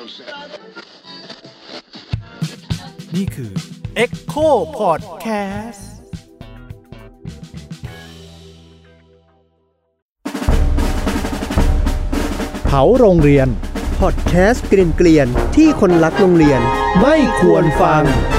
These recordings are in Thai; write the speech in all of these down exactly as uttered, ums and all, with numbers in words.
นี่คือ Echo Podcastเผาโรงเรียนพอดแคสต์เกรียนๆที่คนรักโรงเรียนไม่ควรฟัง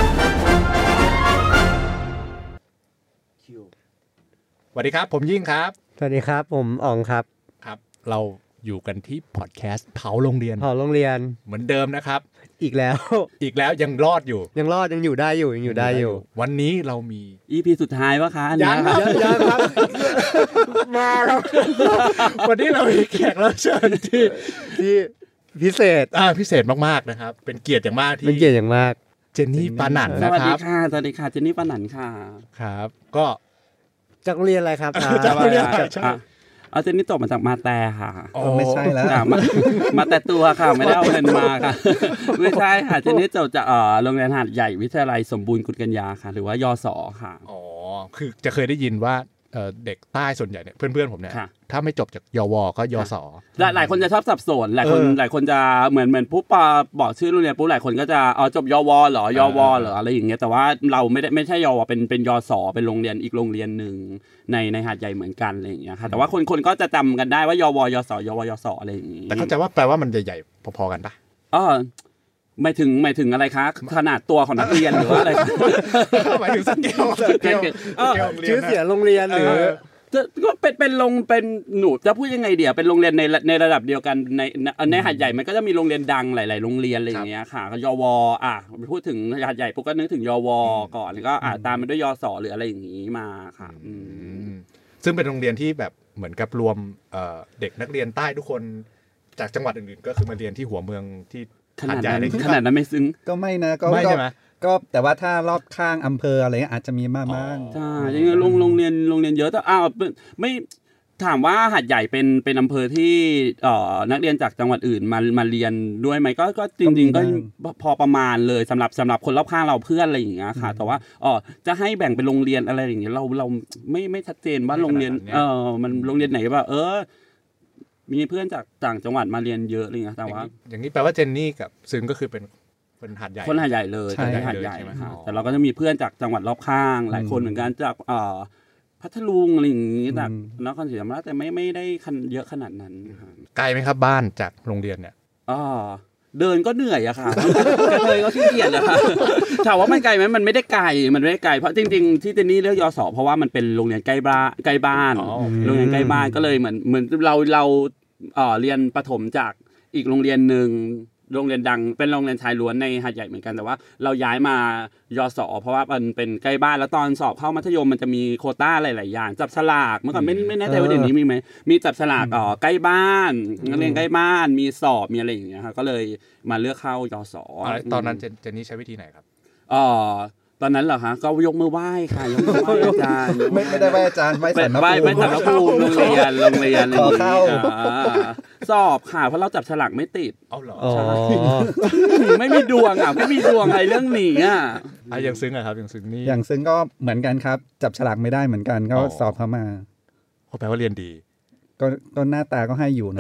สวัสดีครับผมยิ่งครับสวัสดีครับผมอ๋องครับครับเราอยู่กันที่พอดแคสต์เผาโรงเรียนเผาโรงเรียนเหมือนเดิมนะครับอีกแล้วอีกแล้วยังรอดอยู่ยังรอดยังอยู่ได้อยู่ยังอยู่ได้อยู่วันนี้เรามีอี พี สุดท้ายวะคะอันนี้ยังยังครับมาครับวันนี้เรามีแขกรับเชิญที่ที่พิเศษอ่าพิเศษมากๆนะครับเป็นเกียรติอย่างมากที่เป็นเกียรติอย่างมากเจนนี่ปานันนะครับสวัสดีค่ะสวัสดีค่ะเจนนี่ปานันค่ะครับก็จากโรงเรียนอะไรครับจากโรงเรียนเอาเจนนี่จบมาจากมาแต่ค่ะอ๋อไม่ใช่แล้วมามาแต่ตัวค่ะไม่ได้เอาเงินมาค่ะไม่ใช่ค่ะเจนนี่จบจากเอ่อโรงเรียนหาดใหญ่วิทยาลัยสมบูรณ์กุลกัญญาค่ะหรือว่ายส.ค่ะอ๋อคือจะเคยได้ยินว่าเด็กใต้ส่วนใหญ่เนี่ยเพื่อนๆผมเนี่ยถ้าไม่จบจากยวก็ยส. หลายคนจะชอบสับสนหลายคนหลายคนจะเหมือนเหมือนปุ๊บบอกชื่อโรงเรียนปุ๊บหลายคนก็จะเอาจบยวเหรอยวเหรออะไรอย่างเงี้ยแต่ว่าเราไม่ได้ไม่ใช่ยวเป็นเป็นยส.เป็นโรงเรียนอีกโรงเรียนนึงในในหาดใหญ่เหมือนกันอะไรอย่างเงี้ยค่ะแต่ว่าคนคนก็จะจำกันได้ว่ายวยส.ยวยส.อะไรอย่างงี้แต่เข้าใจว่าแปลว่ามันใหญ่ๆพอๆกันปะอ๋อหมายถึงหมายถึงอะไรคะขนาดตัวของนักเรียนหรือว่าอะไรหมายถึงสเกลชื่อเสียงโรงเรียนหรือก็เป็นเป็นโรงเป็นหนูจะพูดยังไงเดี๋ยวเป็นโรงเรียนในในระดับเดียวกันในในหาดใหญ่มันก็จะมีโรงเรียนดังหลายๆโรงเรียนอะไรอย่างเงี้ยค่ะยวอ่ะพูดถึงหาดใหญ่ปุ๊บก็นึกถึงยวก่อนแล้วก็อ่ะตามมาด้วยยสหรืออะไรอย่างงี้มาค่ะซึ่งเป็นโรงเรียนที่แบบเหมือนกับรวมเด็กนักเรียนใต้ทุกคนจากจังหวัดอื่นๆก็คือมาเรียนที่หัวเมืองที่หาดใหญ่ขนาดนั้นไม่ซึ้งก็ไม่นะก็ไม่ใช่ไหมก็แต่ว่าถ้ารอบข้างอำเภออะไรอาจจะมีมากบ้างใช่ยังไงโรงโรงเรียนโรงเรียนเยอะแต่อ้าวไม่ถามว่าหาดใหญ่เป็นเป็นอำเภอที่เอ่อนักเรียนจากจังหวัดอื่นมามาเรียนด้วยไหมก็ก็จริงๆก็พอประมาณเลยสำหรับสำหรับคนรอบข้างเราเพื่อนอะไรอย่างเงี้ยค่ะแต่ว่าอ๋อจะให้แบ่งเป็นโรงเรียนอะไรอย่างเงี้ยเราเราไม่ไม่ชัดเจนว่าโรงเรียนเออมันโรงเรียนไหนว่าเออมีเพื่อนจากต่างจังหวัดมาเรียนเยอะอะไรเงี้ยแต่ว่าอย่างนี้แปลว่าเจนนี่กับซึงก็คือเป็นคนหาดใหญ่คนหาดใหญ่เลยใช่หาดใหญ่ค่ะแต่เราก็จะมีเพื่อนจากจังหวัดรอบข้างหลายคนเหมือนกันจากเอ่อพัทลุงอะไรอย่างงี้จากนครศรีธรรมราชแต่ไม่ไม่ได้เยอะขนาดนั้นไกลไหมครับบ้านจากโรงเรียนเนี่ยอ๋อเดินก็เหนื่อยอะค่ะกระเทยก็ขี้เกียจอะค่ะถามว่ามันไกลไหมมันไม่ได้ไกลมันไม่ได้ไกลเพราะจริงๆที่เจนนี่เลือกยส.เพราะว่ามันเป็นโรงเรียนใกล้บ้านใกล้บ้านโรงเรียนใกล้บ้านก็เลยเหมือนเหมือนเราเราเอ่อเรียนประถมจากอีกโรงเรียนนึงโรงเรียนดังเป็นโรงเรียนชายล้วนในหาดใหญ่เหมือนกันแต่ว่าเราย้ายมายส.เพราะว่ามันเป็นใกล้บ้านแล้วตอนสอบเข้ามัธยมมันจะมีโควต้าหลายๆอย่างจับฉลากเมื่อก่อนไม่ไม่แน่ใจว่าเดี๋ยวนี้มีไหมมีจับฉลากอ๋อใกล้บ้านนักเรียนใกล้บ้านมีสอบมีอะไรอย่างเงี้ยครับก็เลยมาเลือกเข้ายส. ตอนนั้นเจนนี่ใช้วิธีไหนครับอ๋อตอนนั้นเหรอฮะก็ยกมือไหว้ค่ะยกมือไหว้อาจารย์ไม่ไม่ได้ไหว้อาจารย์ไหว้สันนภูมิไหว้สันนภูมิโรงเรียนโรงเรียนขอเข้าสอบค่ะเพราะเราจับฉลากไม่ติดเอาเหรอใช่ไม่มีดวงอ่ะไม่มีดวงอะไรเรื่องนี้อ่ะอ่ะอย่างซึ้งอ่ะครับอย่างซึ้งนี่อย่างซึ้งก็เหมือนกันครับจับฉลากไม่ได้เหมือนกันก็สอบเข้ามาเขาแปลว่าเรียนดีก็ก็หน้าตาก็ให้อยู่นะ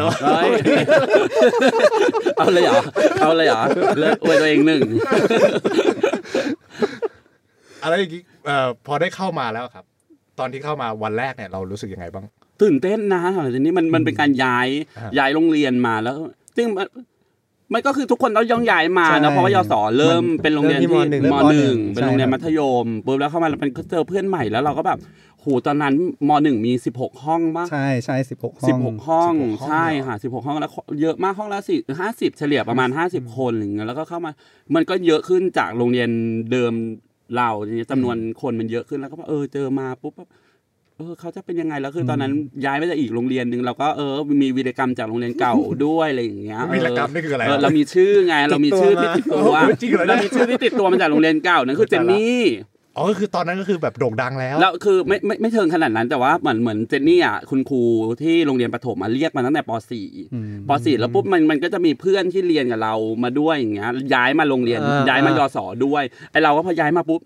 เอาเลยเหรอเอาเลยเหรอเลิกอวยตัวเองหนึ่งอะไรอย่างงี้พอได้เข้ามาแล้วครับตอนที่เข้ามาวันแรกเนี่ยเรารู้สึกยังไงบ้างตื่นเต้นนะทีนี้มันมันเป็นการย้ายย้ายโรงเรียนมาแล้วซึ่งมันก็คือทุกคนต้องย่องย้ายมานะเพราะว่ายส.เริ่มเป็นโรงเรียนที่ม.หนึ่งเป็นโรงเรียนมัธยมปุ๊บแล้วเข้ามาแล้วมันก็เจอเพื่อนใหม่แล้วเราก็แบบโหตอนนั้นม.หนึ่งมีสิบหกห้องป่ะใช่ๆสิบหกห้องสิบหกห้องใช่ค่ะสิบหกห้องแล้วเยอะมากห้องละสี่ ห้าสิบเฉลี่ยประมาณห้าสิบคนอย่างเงี้ยแล้วก็เข้ามามันก็เยอะขึ้นจากโรงเรียนเดิมเราจำนวนคนมันเยอะขึ้นแล้วก็เออเจอมาปุ๊บเออเขาจะเป็นยังไงแล้วคือตอนนั้นย้ายไปจากอีกโรงเรียนนึงเราก็เออมีวีรกรรมจากโรงเรียนเก่าด้วยอะไรอย่างเงี้ยวีรกรรมนี่คืออะไรเรามีชื่อไงเรามีชื่อที่ติดตัวเรามีชื่อที่ติดตัวมาจากโรงเรียนเก่านั่นคือเจนนี่อ๋อก็คือตอนนั้นก็คือแบบโด่งดังแล้วแล้วคือไม่ไม่ไม่เชิงขนาดนั้นแต่ว่าเหมือนเหมือนเจนนี่อ่ะคุณครูที่โรงเรียนประถมมาเรียกมาตั้งแต่ป.สี่ ป.สี่แล้วปุ๊บมันมันก็จะมีเพื่อนที่เรียนกับเรามาด้วยอย่างเงี้ยย้ายมาโรงเรียนย้ายมายส.ด้วยไอเราก็พอย้ายมาปุ๊บ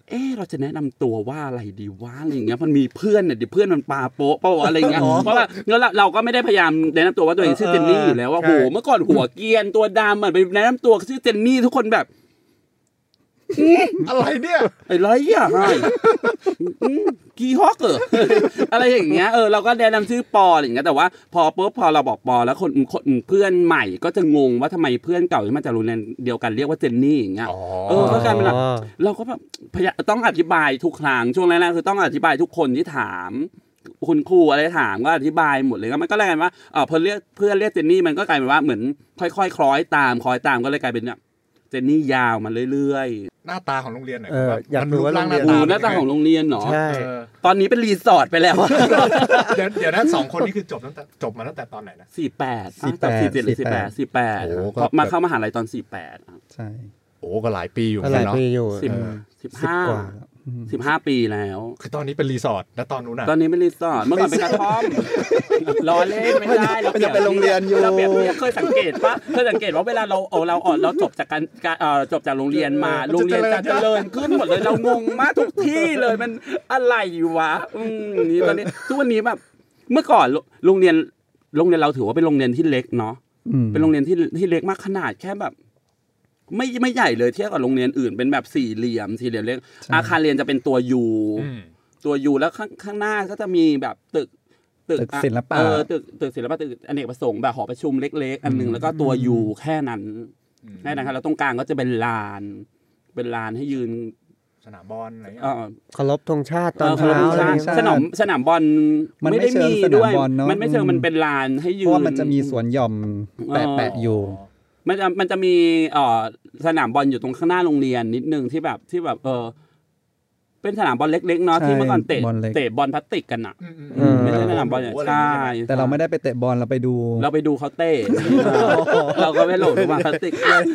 เออเราจะแนะนำตัวว่าอะไรดีวะอะไรอย่างเงี้ยมันมีเพื่อนเนี่ยเดี๋ยวเพื่อนมันปาโป๊ะเปล่าวะอะไรอย่างเงี้ยเพราะว่าแล้วเราก็ไม่ได้พยายามแนะนำตัวว่าตัวเองชื่อเจนนี่อยู่แล้วว่าโหเมื่อก่อนหัวเกรียนตัวดำมันไปแนะนำตัวชื่อเจนนี่ทุกคนแบบอะไรเนี่ยไอ้ไรอ่ะกีฮอกเกอร์อะไรอย่างเงี้ยเออเราก็แนะนำชื่อปออะไรอย่างเงี้ยแต่ว่าพอปุ๊บพอเราบอกปอแล้วคนคนเพื่อนใหม่ก็จะงงว่าทำไมเพื่อนเก่าที่มาจากโรงเรียนเดียวกันเรียกว่าเจนนี่อย่างเงี้ยเออก็กลายเป็นแบบเราก็แบบต้องอธิบายทุกครั้งช่วงแรกๆคือต้องอธิบายทุกคนที่ถามคุณครูอะไรถามก็อธิบายหมดเลยก็มันก็เลยกลายเป็นว่าเออพอเรียกเพื่อนเรียกเจนนี่มันก็กลายเป็นว่าเหมือนค่อยๆคล้อยตามคล้อยตามก็เลยกลายเป็นแบบเจนนี่ยาวมาเรื่อยๆหน้าตาของโรงเรียนหน่อยอยากรู้ว่าหน้าตาหน้าตาของโรงเรียนเหรอใช่ตอนนี้เป็นรีสอร์ทไปแล้วเดี๋ยวเดี๋ยวนะสองคนนี้คือจบตั้งแต่จบมาตั้งแต่ตอนไหนนะสี่แปดสี่แปดสี่เจ็ดหรือสี่แปดสี่แปดมาเข้ามหาลัยตอนสี่แปดใช่โอ้ก็หลายปีอยู่หลายปีอยู่สิบสิบห้าสิบห้าปีแล้วคือตอนนี้เป็นรีสอร์ทแล้วตอนนู้นน่ะตอนนี้เป็นรีสอร์ทเมื่อก่อนเป็นกระท่อมล้อเล่นไม่ได้เราจะเป็นโรงเรียนอยู่เราแบบเคยสังเกตปะเคยสังเกตว่าเวลาเราโอ้เราอ่อนเราจบจากการเอ่อจบจากโรงเรียนมาโรงเรียนจะเจริญขึ้นหมดเลยเรางงมากทุกที่เลยมันอะไรวะอืมนี่ตอนนี้ทุกวันนี้แบบเมื่อก่อนโรงเรียนโรงเรียนเราถือว่าเป็นโรงเรียนที่เล็กเนาะเป็นโรงเรียนที่ที่เล็กมากขนาดแค่แบบไม่ไม่ใหญ่เลยเทียบกับโรงเรียนอื่นเป็นแบบสี่เหลี่ยมสี่เหลี่ยมเล็กอาคารเรียนจะเป็นตัวยูตัวยูแล้วข้างข้างหน้าก็จะมีแบบตึกตึกศิลปะเออตึกตึกศิลปะตึกอเนกประสงค์แบบหอประชุมเล็กๆอันนึงแล้วก็ตัวยูแค่นั้นแค่นั้นครับแล้วตรงกลางก็จะเป็นลานเป็นลานให้ยืนสนามบอลอะไรเงี้ยเคารพธงชาติตอนเช้าสนามสนามบอลไม่ได้มีด้วยมันไม่เชิงมันเป็นลานให้ยืนเพราะมันจะมีสวนหย่อมแปะๆอยู่มันจะมันจะมีเอ่อสนามบอลอยู่ตรงข้างหน้าโรงเรียนนิดนึงที่แบบที่แบบเออเป็นสนามบอลเล็กๆเนาะที่เมื่อก่อนเตะเตะบอลพลาสติกกันอ่ะไม่ใช่สนามบอลใช่แต่เราไม่ได้ไปเตะบอลเราไปดูเราไปดูเขาเตะเราก็ไม่หลงบอลพลาสติก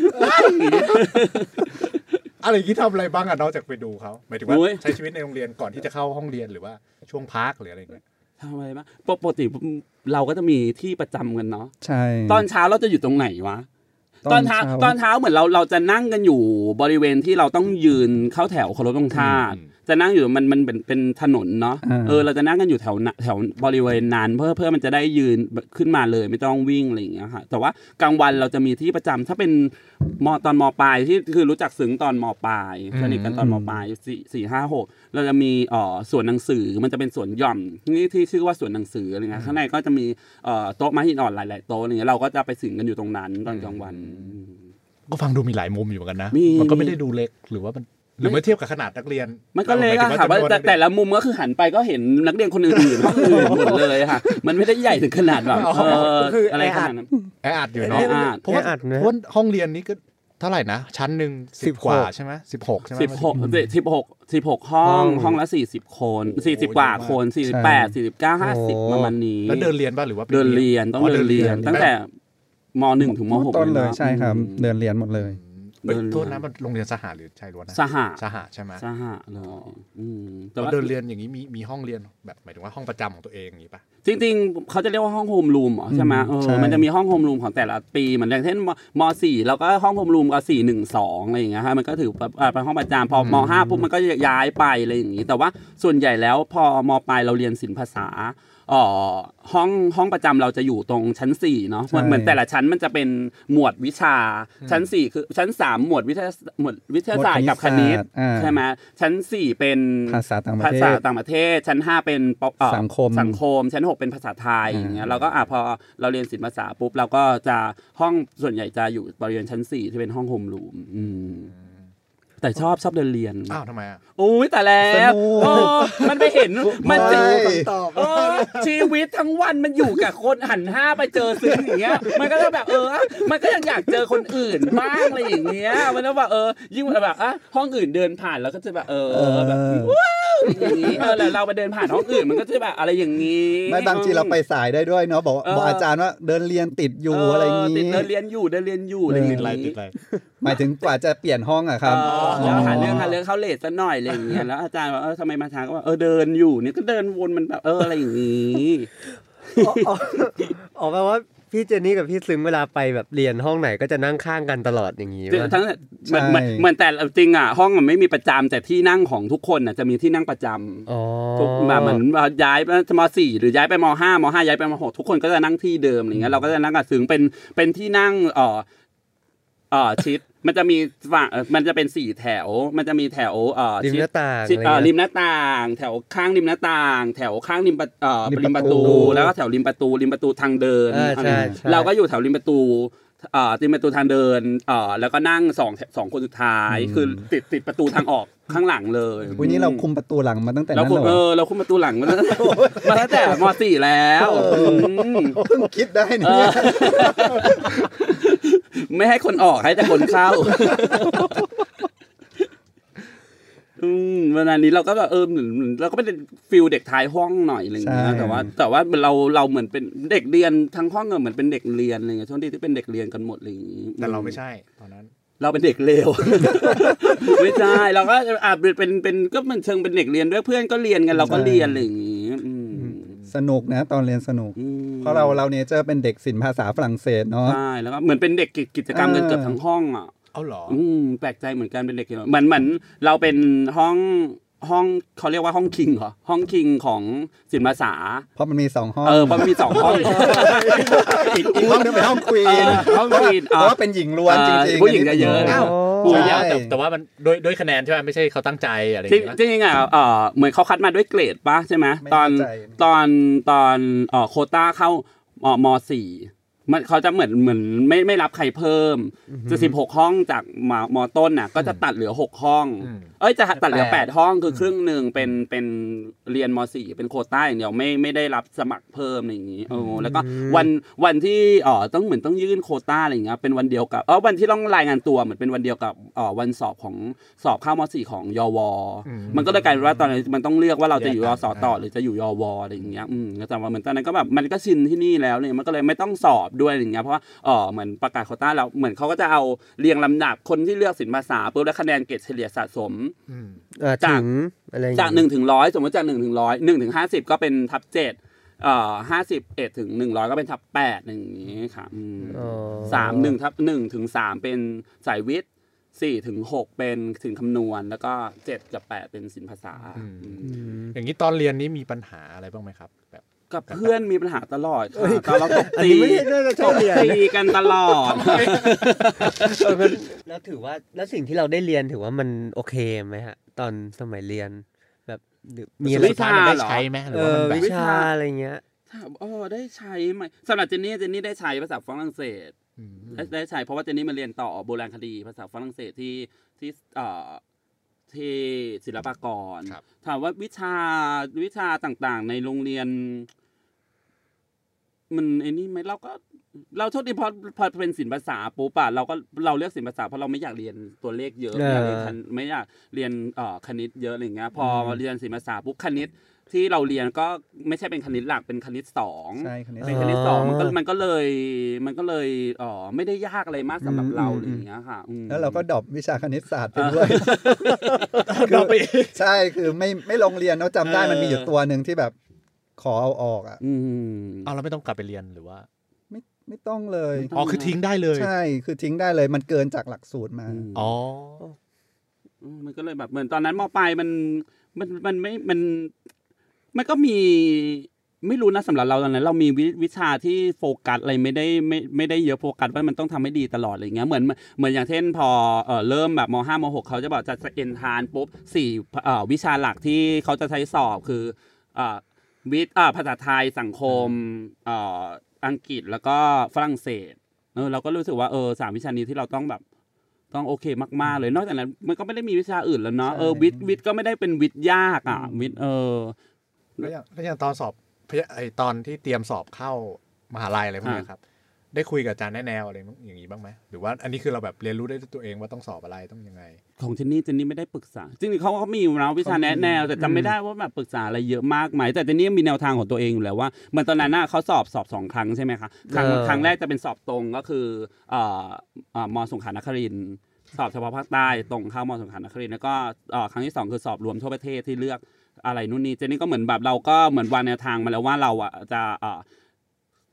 อะไรที่ทำอะไรบ้างอ่ะนอกจากไปดูเขาหมายถึงว่าใช้ชีวิตในโรงเรียนก่อนที่จะเข้าห้องเรียนหรือว่าช่วงพักหรืออะไรเงี้ยทำอะไรบ้างปกติเราก็จะมีที่ประจำกันเนาะใช่ตอนเช้าเราจะอยู่ตรงไหนวะตอนเช้าตอนเช้าเหมือนเราเราจะนั่งกันอยู่บริเวณที่เราต้องยืนเข้าแถวเคารพธงชาติจะนั่งอยู่มันมันเป็นเป็นถนนเนาะเออเราจะนั่งกันอยู่แถวแถวบริเวณนั้นเพื่อเพื่อมันจะได้ยืนขึ้นมาเลยไม่ต้องวิ่งอะไรอย่างเงี้ยค่ะแต่ว่ากลางวันเราจะมีที่ประจำถ้าเป็นมตอนมปลายที่คือรู้จักซึ้งตอนมปลายสนิทกันตอนมปลายสี่สี่ห้าหกเราจะมีเอ่อสวนหนังสือมันจะเป็นสวนหย่อมนี่ที่ชื่อว่าสวนหนังสืออะไรเงี้ยข้างในก็จะมีเอ่อโต๊ะไม้หินอ่อนหลายๆโต๊ะอะไรเงี้ยเราก็จะไปสิงกันอยู่ตรงนั้นตอนกลางวันก็ฟังดูมีหลายมุมอยู่เหมือนกันนะมันก็ไม่ได้ดูเล็กหรือว่ามันหรือเมื่อเทียบกับขนาดนักเรียนมันก็เล็กค่ะแต่แต่ละมุมก็คือหันไปก็เห็นนักเรียนคนอื่นๆห้องอื่นหมดเลยค่ะมันไม่ได้ใหญ่ถึงขนาดแบบอะไรขนาดนั้นแออัดอยู่เนาะเพราะว่าห้องเรียนนี้ก็เท่าไหร่นะชั้นหนึ่งสิบกว่าใช่ไหมสิบหกใช่ไหมสิบหกสิบหกสิบหกห้องห้องละสี่สิบคนสี่สิบกว่าคนสี่สิบแปดสี่สิบเก้าห้าสิบประมาณนี้แล้วเดินเรียนป่ะหรือว่าเดินเรียนต้องเดินเรียนตั้งแต่ม.หนึ่งถึงม.หกเลยใช่ครับเดินเรียนหมดเลยโทษนะมันโรงเรียนสหหรือชายล้วนนะสหสหใช่ไหมสหเลยแต่ว่าเดินเรียนอย่างนี้มีมีห้องเรียนแบบหมายถึงว่าห้องประจำของตัวเองอย่างนี้ป่ะจริงๆเขาจะเรียกว่าห้องโฮมรูมใช่ไหมเออมันจะมีห้องโฮมรูมของแต่ละปีเหมือนอย่างเช่นม.สี่เราก็ห้องโฮมรูมก็สี่หนึ่งสองอะไรอย่างเงี้ยฮะมันก็ถือเป็นห้องประจำพอม.ห้าปุ๊บมันก็ย้ายไปอะไรอย่างงี้แต่ว่าส่วนใหญ่แล้วพอม.ปลายเราเรียนศิลปภาษาอ๋อห้องห้องประจำเราจะอยู่ตรงชั้นสี่เนาะเหมือนแต่ละชั้นมันจะเป็นหมวดวิชาชั้นสี่คือชั้นสามหมวดวิทยาหมวดวิทยาศาสตร์กับคณิตใช่ไหมชั้นสี่เป็นภาษาต่างประเทศภาษาต่างประเทศชั้นห้าเป็นสังคมสังคมชั้นหกเป็นภาษาไทยอย่างเงี้ยเราก็อ่ะพอเราเรียนศิลปภาษาปุ๊บเราก็จะห้องส่วนใหญ่จะอยู่บริเวณชั้นสี่ที่เป็นห้องโฮมรูมอืมแต่ชอบชอบเดินเรียนอ้าวทำไมอ่ะโอ้ยแต่แล้วมันไปเห็นมันจะชีวิตทั้งวันมันอยู่กับคนหันห้าไปเจอซึ้งอย่างเงี้ยมันก็จะแบบเออมันก็ยังอยากเจอคนอื่นบ้างอะไรอย่างเงี้ยมันก็แบบเออยิ่งแบบอ่ะห้องอื่นเดินผ่านแล้วก็จะแบบเออแบบว้าวอย่างงี้เออแล้วเราไปเดินผ่านห้องอื่นมันก็จะแบบอะไรอย่างงี้ไม่บางทีเราไปสายได้ด้วยเนาะบอกบอกอาจารย์ว่าเดินเรียนติดอยู่อะไรอย่างงี้ติดเดินเรียนอยู่เดินเรียนอยู่อะไรอย่างงี้หมายถึงกว่าจะเปลี่ยนห้องอะครับแล้วหาเรื่องหาเรื่องเข้าเลทซะหน่อยอะไรอย่างเงี้ยแล้วอาจารย์ว่าเออทำไมมาช้าก็ว่าเออเดินอยู่เนี่ยก็เดินวนมันแบบเอออะไรอย่างงี้อ๋อแปลว่าพี่เจนนี่กับพี่ซึ้งเวลาไปแบบเรียนห้องไหนก็จะนั่งข้างกันตลอดอย่างนี้ป่ะทั้งเหมือนเหมือนแต่จริงอ่ะห้องมันไม่มีประจำแต่ที่นั่งของทุกคนอ่ะจะมีที่นั่งประจำทุกแบบเหมือนย้ายม.สี่ หรือย้ายไปม.ห้าม.ห้าย้ายไปม.หกทุกคนก็จะนั่งที่เดิมอะไรเงี้ยเราก็จะนั่งกับซึ้งเป็นเป็นที่นั่งเอ่อเอ่อชิดมันจะมีฝั่งมันจะเป็นสี่แถวมันจะมีแถวเอ่อริมหน้าต่างเอ่อริมหน้าต่างแถวข้างริมหน้าต่าง แถวข้างริมเอ่อริมประตูแล้วก็แถวริมประตูริมประตูทางเดินเราก็อยู่แถวริมประตูเอ่อริมประตูทางเดินเอ่อแล้วก็นั่งสองสองคนสุดท้ายคือติดติดประตูทางออกข้างหลังเลยวันนี้เราคุมประตูหลังมาตั้งแต่นั้นเหรอเออเราคุมประตูหลังมาตั้งแต่มาตั้งแต่ม.สี่ แล้วเพิ่งคิดได้เนี่ยไม่ให้คนออกให้แต่คนเข้าอืมวันนี้เราก็แบบเออเหมือนเราก็เป็นฟิลเด็กท้ายห้องหน่อยอะไรอย่างเงี้ยแต่ว่าแต่ว่าเราเราเหมือนเป็นเด็กเรียนทั้งห้องก็เหมือนเป็นเด็กเรียนอะไรเงี้ยช่วงที่เป็นเด็กเรียนกันหมดอะไรอย่างงี้แต่เราไม่ใช่ตอนนั้นเราเป็นเด็กเลวไม่ใช่เราก็อ่ะเป็นเป็นก็มันเชิงเป็นเด็กเรียนด้วยเพื่อนก็เรียนกันเราก็เรียนอะไรอย่างงี้สนุกนะตอนเรียนสนุกเพราะเราเราเนเจอร์เป็นเด็กศิลป์ภาษาฝรั่งเศสเนาะใช่แล้วก็เหมือนเป็นเด็กกิจกรรมกันเกือบทั้งห้องอ่ะเอาเหรออืมแปลกใจเหมือนกันเป็นเด็กเหมือนเหมือนเราเป็นห้องห้องเขาเรียกว่าห้องคิงเหรอห้องคิงของศิลป์ภาษาเพราะมันมีสองห้องเออเพราะมันมีสองห้องอีกห้องนึงเป็นห้องควีนห้องควีนเพราะว่าเป็นหญิงล้วนจริงๆผู้หญิงเยอะๆอ้าวแต่แต่ว่ามันโดยด้วยคะแนนใช่ไหมไม่ใช่เขาตั้งใจอะไรอย่างเงี้ยจริงๆอ่ะเออเหมือนเขาคัดมาด้วยเกรดป่ะใช่ไหมตอนตอนตอนเออโควต้าเข้าม.สี่มันเขาจะเหมือนเหมือนไม่ไม่รับใครเพิ่มจะสิบหกห้องจากมมต้นน่ะก็จะตัดเหลือหกห้องเอ้ยจะตัดเหลือแปดห้องคือครึ่งนึงเป็นเป็นเรียนม.สี่เป็นโควต้าอย่างเดียวไม่ไม่ได้รับสมัครเพิ่มอะไรอย่างงี้โอ้แล้วก็วันวันที่อ๋อต้องเหมือนต้องยื่นโควต้าอะไรอย่างเงี้ยเป็นวันเดียวกับเออวันที่ต้องรายงานตัวเหมือนเป็นวันเดียวกับอ๋อวันสอบของสอบเข้าม.สี่ของยวมันก็เลยกลายเป็นว่าตอนนี้มันต้องเลือกว่าเราจะอยู่ยสต่อหรือจะอยู่ยวอะไรอย่างเงี้ยอืมแต่ว่าเหมือนตอนนั้นก็แบบมันก็ชินที่นี่แล้วเนี่ยมันก็เลยไม่ต้องสอบด้วยอย่างเงี้ยเพราะว่าเออเหมือนประกาศโควต้าแล้วเหมือนเขาก็จะเอาเรียงลำดับคนที่เลือกศิลป์ภาษาปุ๊บแล้วคะแนนเกรดเฉลี่ยสะสมจากอะไรจากหนึ่งถึงร้อยสมมติจากหนึ่งถึงร้อยหนึ่งถึงห้าสิบก็เป็นทับเจ็ดเอ่อห้าสิบเอ็ดถึงหนึ่งร้อยก็เป็นทับแปดอย่างนี้ค่ะสามหนึ่งทับหนึ่งถึงสามเป็นสายวิทย์สี่ถึงหกเป็นศิลป์คำนวณแล้วก็เจ็ดกับแปดเป็นศิลป์ภาษาอย่างนี้ตอนเรียนนี้มีปัญหาอะไรบ้างไหมครับแบบกับเพื่อนมีปัญหาตลอดตอนเราตบตีตบตีกันตลอดแล้วถือว่าแล้วสิ่งที่เราได้เรียนถือว่ามันโอเคไหมฮะตอนสมัยเรียนแบบมีวิชาได้ใช้ไหมหรือว่ามันวิชาอะไรเงี้ยอ๋อได้ใช้ไหมสำหรับเจนนี่เจนนี่ได้ใช้ภาษาฝรั่งเศสได้ใช้เพราะว่าเจนนี่มาเรียนต่อโบราณคดีภาษาฝรั่งเศสที่ที่เอ่อที่ศิลปากรถามว่าวิชาวิชาต่างๆในโรงเรียนมันไอ้นี่ไหมเราก็เราโทษดีพอพอเป็นศิลป์ภาษาปุ๊บอะเราก็เราเลือกศิลป์ภาษาเพราะเราไม่อยากเรียนตัวเลขเยอะไม่อยากเรียนไม่อยากเรียนเอ่อคณิตเยอะอะไรเงี้ยพอเรียนศิลป์ภาษาปุ๊บคณิตที่เราเรียนก็ไม่ใช่เป็นคณิตหลักเป็นคณิตสองเป็นคณิตสองมันก็มันก็เลยมันก็เลยเอ่อไม่ได้ยากอะไรมากสำหรับเราอย่างเงี้ยค่ะแล้วเราก็ดรอปวิชาคณิตศาสตร์ไปด้วยเราไปใช่คือไม่ไม่ลงเรียนเราจำได้มันมีอยู่ตัวนึงที่แบบขอเอาออกอ่ะอืมเอาเราไม่ต้องกลับไปเรียนหรือว่าไม่ไม่ต้องเลยอ๋อคือทิ้งได้เลยใช่คือทิ้งได้เลยมันเกินจากหลักสูตรมาอ๋อมันก็เลยแบบเหมือนตอนนั้นม.ปลายมันมันมันไม่มันมันก็มีไม่รู้นะสำหรับเราตอนนั้นเรามีวิชาที่โฟกัสอะไรไม่ได้ไม่ไม่ได้เยอะโฟกัสว่ามันต้องทำให้ดีตลอดอะไรเงี้ยเหมือนเหมือนอย่างเช่นพอเอ่อเริ่มแบบม.ห้าม.หกเขาจะบอกจะเอ็นทรานปุ๊บสี่เอ่อวิชาหลักที่เขาจะใช้สอบคือเอ่อวิทย์อ่าภาษาไทยสังคมเอ่ออังกฤษแล้วก็ฝรั่งเศสเออเราก็รู้สึกว่าเออสามวิชานี้ที่เราต้องแบบต้องโอเคมากๆเลยนอกจากนั้นมันก็ไม่ได้มีวิชาอื่นแล้วเนาะเออวิทย์วิทย์ก็ไม่ได้เป็นวิทย์ยากอ่ะวิทย์เออแล้วอย่างแล้วอย่างตอนสอบไอตอนที่เตรียมสอบเข้ามหาลัยอะไรพวกนี้ครับได้คุยกับอาจารย์แนะแนวอะไรอย่างนี้บ้างไหมหรือว่าอันนี้คือเราแบบเรียนรู้ได้ด้วยตัวเองว่าต้องสอบอะไรต้องยังไงของเจนนี่เจนนี่ไม่ได้ปรึกษาจริงๆเขาเขามีอยู่นะวิชาแนะแนวแต่จำไม่ได้ว่าแบบปรึกษาอะไรเยอะมากไหมแต่เจนนี่มีแนวทางของตัวเองอยู่แล้วว่าเหมือนตอนนั้นน่ะเขาสอบสอบสองครั้งใช่ไหมคะครั้งครั้งแรกจะเป็นสอบตรงก็คือเอ่อเอ่อม.สงขลานครินทร์สอบเฉพาะภาคใต้ตรงเข้าม.สงขลานครินทร์แล้วก็เอ่อครั้งที่สองคือสอบรวมทั่วประเทศที่เลือกอะไรนู่นนี่เจนนี่ก็เหมือนแบบเราก็เหมือนวางแนวทางมาแล้วว่าเราอ่ะจะเอ่อ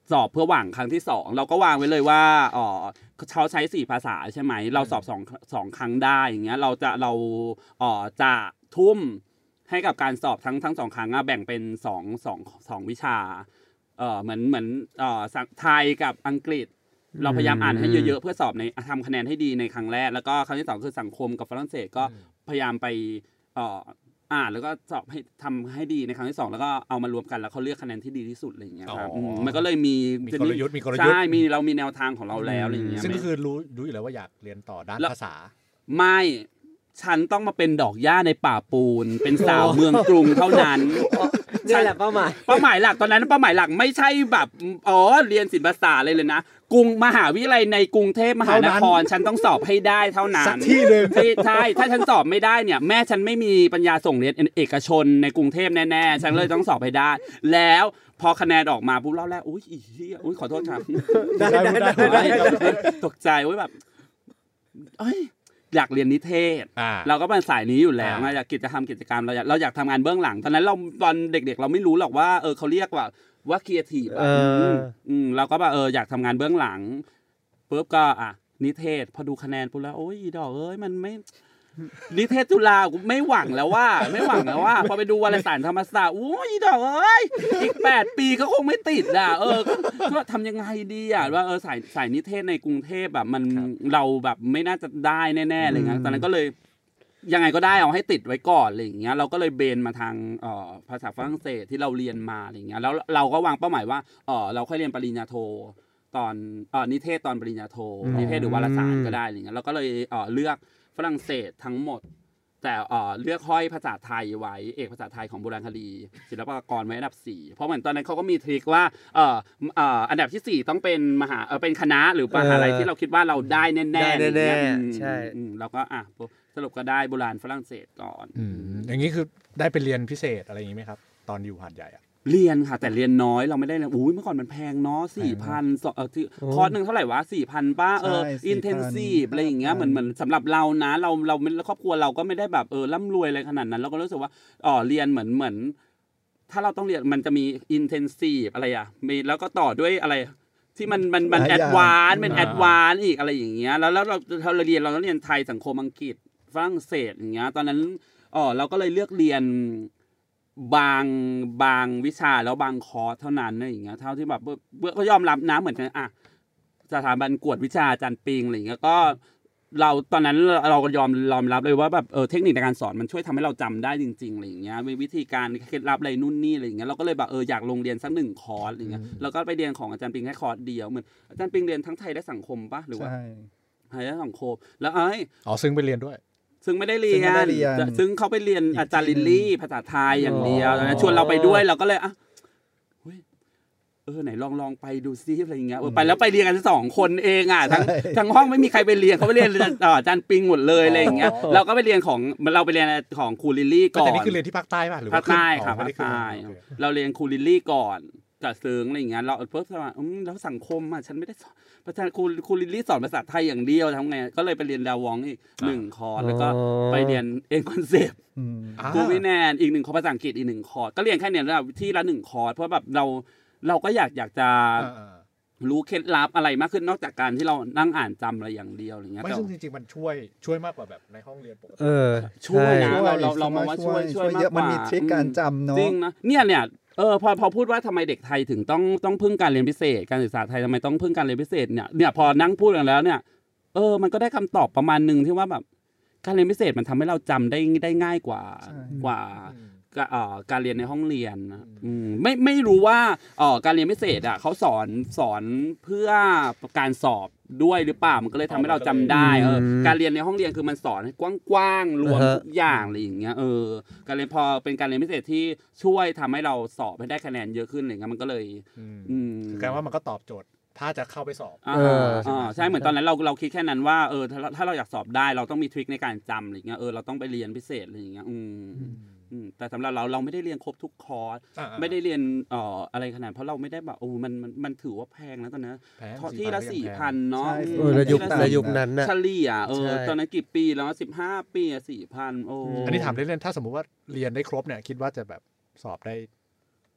สอบเพื่อหวังครั้งที่สองเราก็วางไว้เลยว่าอ๋อเขาใช้สี่ภาษาใช่ไหมเราสอบสองสองครั้งได้อย่างเงี้ยเราจะเราอ๋อจะทุ่มให้กับการสอบทั้งทั้งสองครั้งแบ่งเป็นสองสองสองวิชาเออเหมือนเหมือนเอ่อไทยกับอังกฤษเราพยายามอ่านให้เยอะๆเพื่อสอบในทำคะแนนให้ดีในครั้งแรกแล้วก็ครั้งที่สองคือสังคมกับฝรั่งเศสก็พยายามไปเอ่ออ่านแล้วก็สอบให้ทำให้ดีในครั้งที่สองแล้วก็เอามารวมกันแล้วเขาเลือกคะแนนที่ดีที่สุดอะไรอย่างเงี้ยครับมันก็เลยมีมีกลยุทธ์มีกลยุทธ์ใช่มีเรามีแนวทางของเราแล้วอะไรอย่างเงี้ยซึ่งก็คือรู้รู้อยู่แล้วว่าอยากเรียนต่อด้านภาษาไม่ฉันต้องมาเป็นดอกหญ้าในป่าปูนเป็นสาวเมืองกรุงเท่านั้นนี่แหละเป้าหมายเป้าหมายหลักตอนนั้นเป้าหมายหลักไม่ใช่แบบอ๋อเรียนศิลปภาษาเลยเลยนะกรุงมหาวิทยาลัยในกรุงเทพมหานครฉันต้องสอบให้ได้เท่านั้นสักที่นึงใช่ถ้าฉันสอบไม่ได้เนี่ยแม่ฉันไม่มีปัญญาส่งเรียนเอกชนในกรุงเทพแน่ๆฉันเลยต้องสอบให้ได้แล้วพอคะแนนออกมาปุ๊บรอบแรกอุ้ยอีเหี้ยอุ้ยขอโทษครับได้ได้ตกใจว่าแบบเอ้ยอยากเรียนนิเทศเราก็เป็นสายนี้อยู่แล้วนะอยากกิจกรรมกิจกรรมเราอยากเราอยากทำงานเบื้องหลังตอนนั้นเราตอนเด็กๆเราไม่รู้หรอกว่าเออเขาเรียกว่าว่าครีเอทีฟอ่ะอืมเราก็แบบเอออยากทำงานเบื้องหลังปุ๊บก็อ่ะนิเทศพอดูคะแนนปุ๊บแล้วโอ้ยดอกเอ้ยมันไม่นิเทศจุฬากูไม่หวังแล้วว่าไม่หวังแล้วว่าพอไปดูวารสารธรรมศาสตร์โอ้ยดอกเอ้ยอีกแปดปีก็คงไม่ติดอ่ะเออก็ทำยังไงดีอ่ะว่าเออสายสายนิเทศในกรุงเทพแบบมันเราแบบไม่น่าจะได้แน่ๆอะไรเงี้ยตอนนั้นก็เลยยังไงก็ได้เอาให้ติดไว้ก่อนอะไรอย่างเงี้ยเราก็เลยเบนมาทางเอ่อภาษาฝรั่งเศสที่เราเรียนมาอะไรเงี้ยแล้วเราก็วางเป้าหมายว่าเออเราค่อยเรียนปริญญาโทตอนเอ่อนิเทศตอนปริญญาโทนิเทศหรือวารสารก็ได้อะไรเงี้ยเราก็เลยเอ่อเลือกฝรั่งเศสทั้งหมดแต่เอ่อเลือกห้อยภาษาไทยไว้เอกภาษาไทยของโบราณคดีศิลปากรไว้อันดับสี่เพราะเหมือนตอนนั้นเขาก็มีทริคว่าเอ่อเอ่ออันดับที่สี่ต้องเป็นมหาเออเป็นคณะหรือมหาลัยที่เราคิดว่าเราได้แน่ๆได้แน่ๆใช่เราก็อ่ะสรุปก็ได้โบราณฝรั่งเศสก่อนอย่างนี้คือได้ไปเรียนพิเศษอะไรอย่างนี้ไหมครับตอนอยู่หาดใหญ่อะเรียนค่ะแต่เรียนน้อยเราไม่ได้เลยอุ้ยเมื่อก่อนมันแพงเนาะสี่พันเออคอร์สหนึ่งเท่าไหร่วะสี่พันป้าเอออินเทนซีฟอะไรอย่างเงี้ยเหมือนเหมือนสำหรับเรานะเราเราครอบครัวเราก็ไม่ได้แบบเออร่ำรวยอะไรขนาดนั้นเราก็รู้สึกว่าอ๋อเรียนเหมือนเหมือนถ้าเราต้องเรียนมันจะมีอินเทนซีฟอะไรอ่ะมีแล้วก็ต่อด้วยอะไรที่มันมันมันแอดวานซ์เป็นแอดวานซ์อีกอะไรอย่างเงี้ยแล้วแล้วเราเราเรียนเราต้องเรียนไทยสังคมอังกฤษฝรั่งเศสอย่างเงี้ยตอนนั้นอ๋อเราก็เลยเลือกเรียนบางบางวิชาแล้วบางคอร์สเท่านั้นอะไรอย่างเงี้ยเท่าที่แบบก็ยอมรับนะเหมือนกันอ่ะสถาบันกวดวิชาอาจารย์ปิงอะไรอย่างเงี้ยก็เราตอนนั้นเราก็ยอมยอมรับเลยว่าแบบเออเทคนิคในการสอนมันช่วยทำให้เราจำได้จริงๆอะไรอย่างเงี้ยมีวิธีการเคล็ดลับอะไรนู่นนี่อะไรอย่างเงี้ยเราก็เลยแบบเอออยากลงเรียนสักหนึ่งคอร์สอะไรอย่างเงี้ยแล้วก็ไปเรียนของอาจารย์ปิงแค่คอร์สเดียวเหมือนอาจารย์ปิงเรียนทั้งไทยและสังคมปะหรือว่าไทยและสังคมแล้วเอ้ยอ๋อซึ่งไปเรียนด้วยซึ่งไม่ได้เรียนซึ่งเขาไปเรียนอาจารย์ลิลลี่ภาษาไทยอย่างเดียวชวนเราไปด้วยเราก็เลยอ่ะเฮ้ยเออไหนลองลองไปดูซิอะไรอย่างเงี้ยไปแล้วไปเรียนกันสองคนเองอ่ะทั้งทั้งห้องไม่มีใครไปเรียนเขาไปเรียนอาจารย์ปิงหมดเลยอะไรอย่างเงี้ยเราก็ไปเรียนของเราไปเรียนของครูลิลลี่ก่อนแต่นี่คือเรียนที่ภาคใต้ป่ะหรือภาคใต้ค่ะภาคใต้เราเรียนครูลิลลี่ก่อนกับเซิงอะไรอย่างเงี้ยเราเพิ่มมาอืมแล้วสังคมอ่ะฉันไม่ได้อาจารย์ครูครูลิลลี่สอนภาษาไทยอย่างเดียวทำไงก็เลยไปเรียนดาวองอีกหนึ่งคอร์สแล้วก็ไปเรียนเอ็นคอนเซปต์กูวิแนนอีกหนึ่งคอร์สภาษาอังกฤษอีกหนึ่งคอร์สก็เรียนแค่เนี้ยแล้วที่ละหนึ่งคอร์สเพราะแบบเราเราก็อยากอยากจะรู้เคล็ดลับอะไรมากขึ้นนอกจากการที่เรานั่งอ่านจำอะไรอย่างเดียวอะไรเงี้ยไม่ซึ่งจริงๆมันช่วยช่วยมากกว่าแบบในห้องเรียนปกติเออช่วยนะเราเราเรามองว่าช่วยช่วยมากกว่ามันมีทริคการจำเนาะจริงนะเนี่ยเนี่ยเออพอพอพูดว่าทำไมเด็กไทยถึงต้องต้องพึ่งการเรียนพิเศษการศึกษาไทยทำไมต้องพึ่งการเรียนพิเศษเนี่ยเนี่ยพอนั่งพูดกันแล้วเนี่ยเออมันก็ได้คำตอบประมาณนึงที่ว่าแบบการเรียนพิเศษมันทำให้เราจำได้ได้ง่ายกว่ากว่าการเรียนในห้องเรียนไม่ไม่รู้ว่าการเรียนพิเศษอ่ะเขาสอนสอนเพื่อการสอบด้วยหรือเปล่ามันก็เลยทำให้เราจำได้เออการเรียนในห้องเรียนคือมันสอนกว้างๆรวมทุกอย่างอะไรอย่างเงี้ยเออการเรียนพอเป็นการเรียนพิเศษที่ช่วยทำให้เราสอบให้ได้คะแนนเยอะขึ้นอะไรเงี้ยมันก็เลยแปลว่ามันก็ตอบโจทย์ถ้าจะเข้าไปสอบอ่าใช่เหมือนตอนนั้นเราเราคิดแค่นั้นว่าเออถ้าถ้าเราอยากสอบได้เราต้องมีทริคในการจำอะไรเงี้ยเออเราต้องไปเรียนพิเศษอะไรอย่างเงี้ยอืมแต่สำหรับเราเราไม่ได้เรียนครบทุกคอร์สไม่ได้เรียนเอ่ออะไรขนาดเพราะเราไม่ได้แบบโอ้มันมันมันถือว่าแพงนะตอนนั้นที่ละสี่พันเนาะในยุคในยุคนั้นนะเฉลี่ยเออตอนนั้นกี่ปีแล้วสิบห้าปีสี่พันโอ้อันนี้ถามเล่นๆถ้าสมมุติว่าเรียนได้ครบเนี่ยคิดว่าจะแบบสอบได้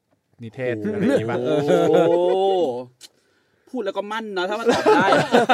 นิเทศอะไรอย่างงี้ป่ะโอ้พูดแล้วก็มั่นนะถ้ามันตอบได้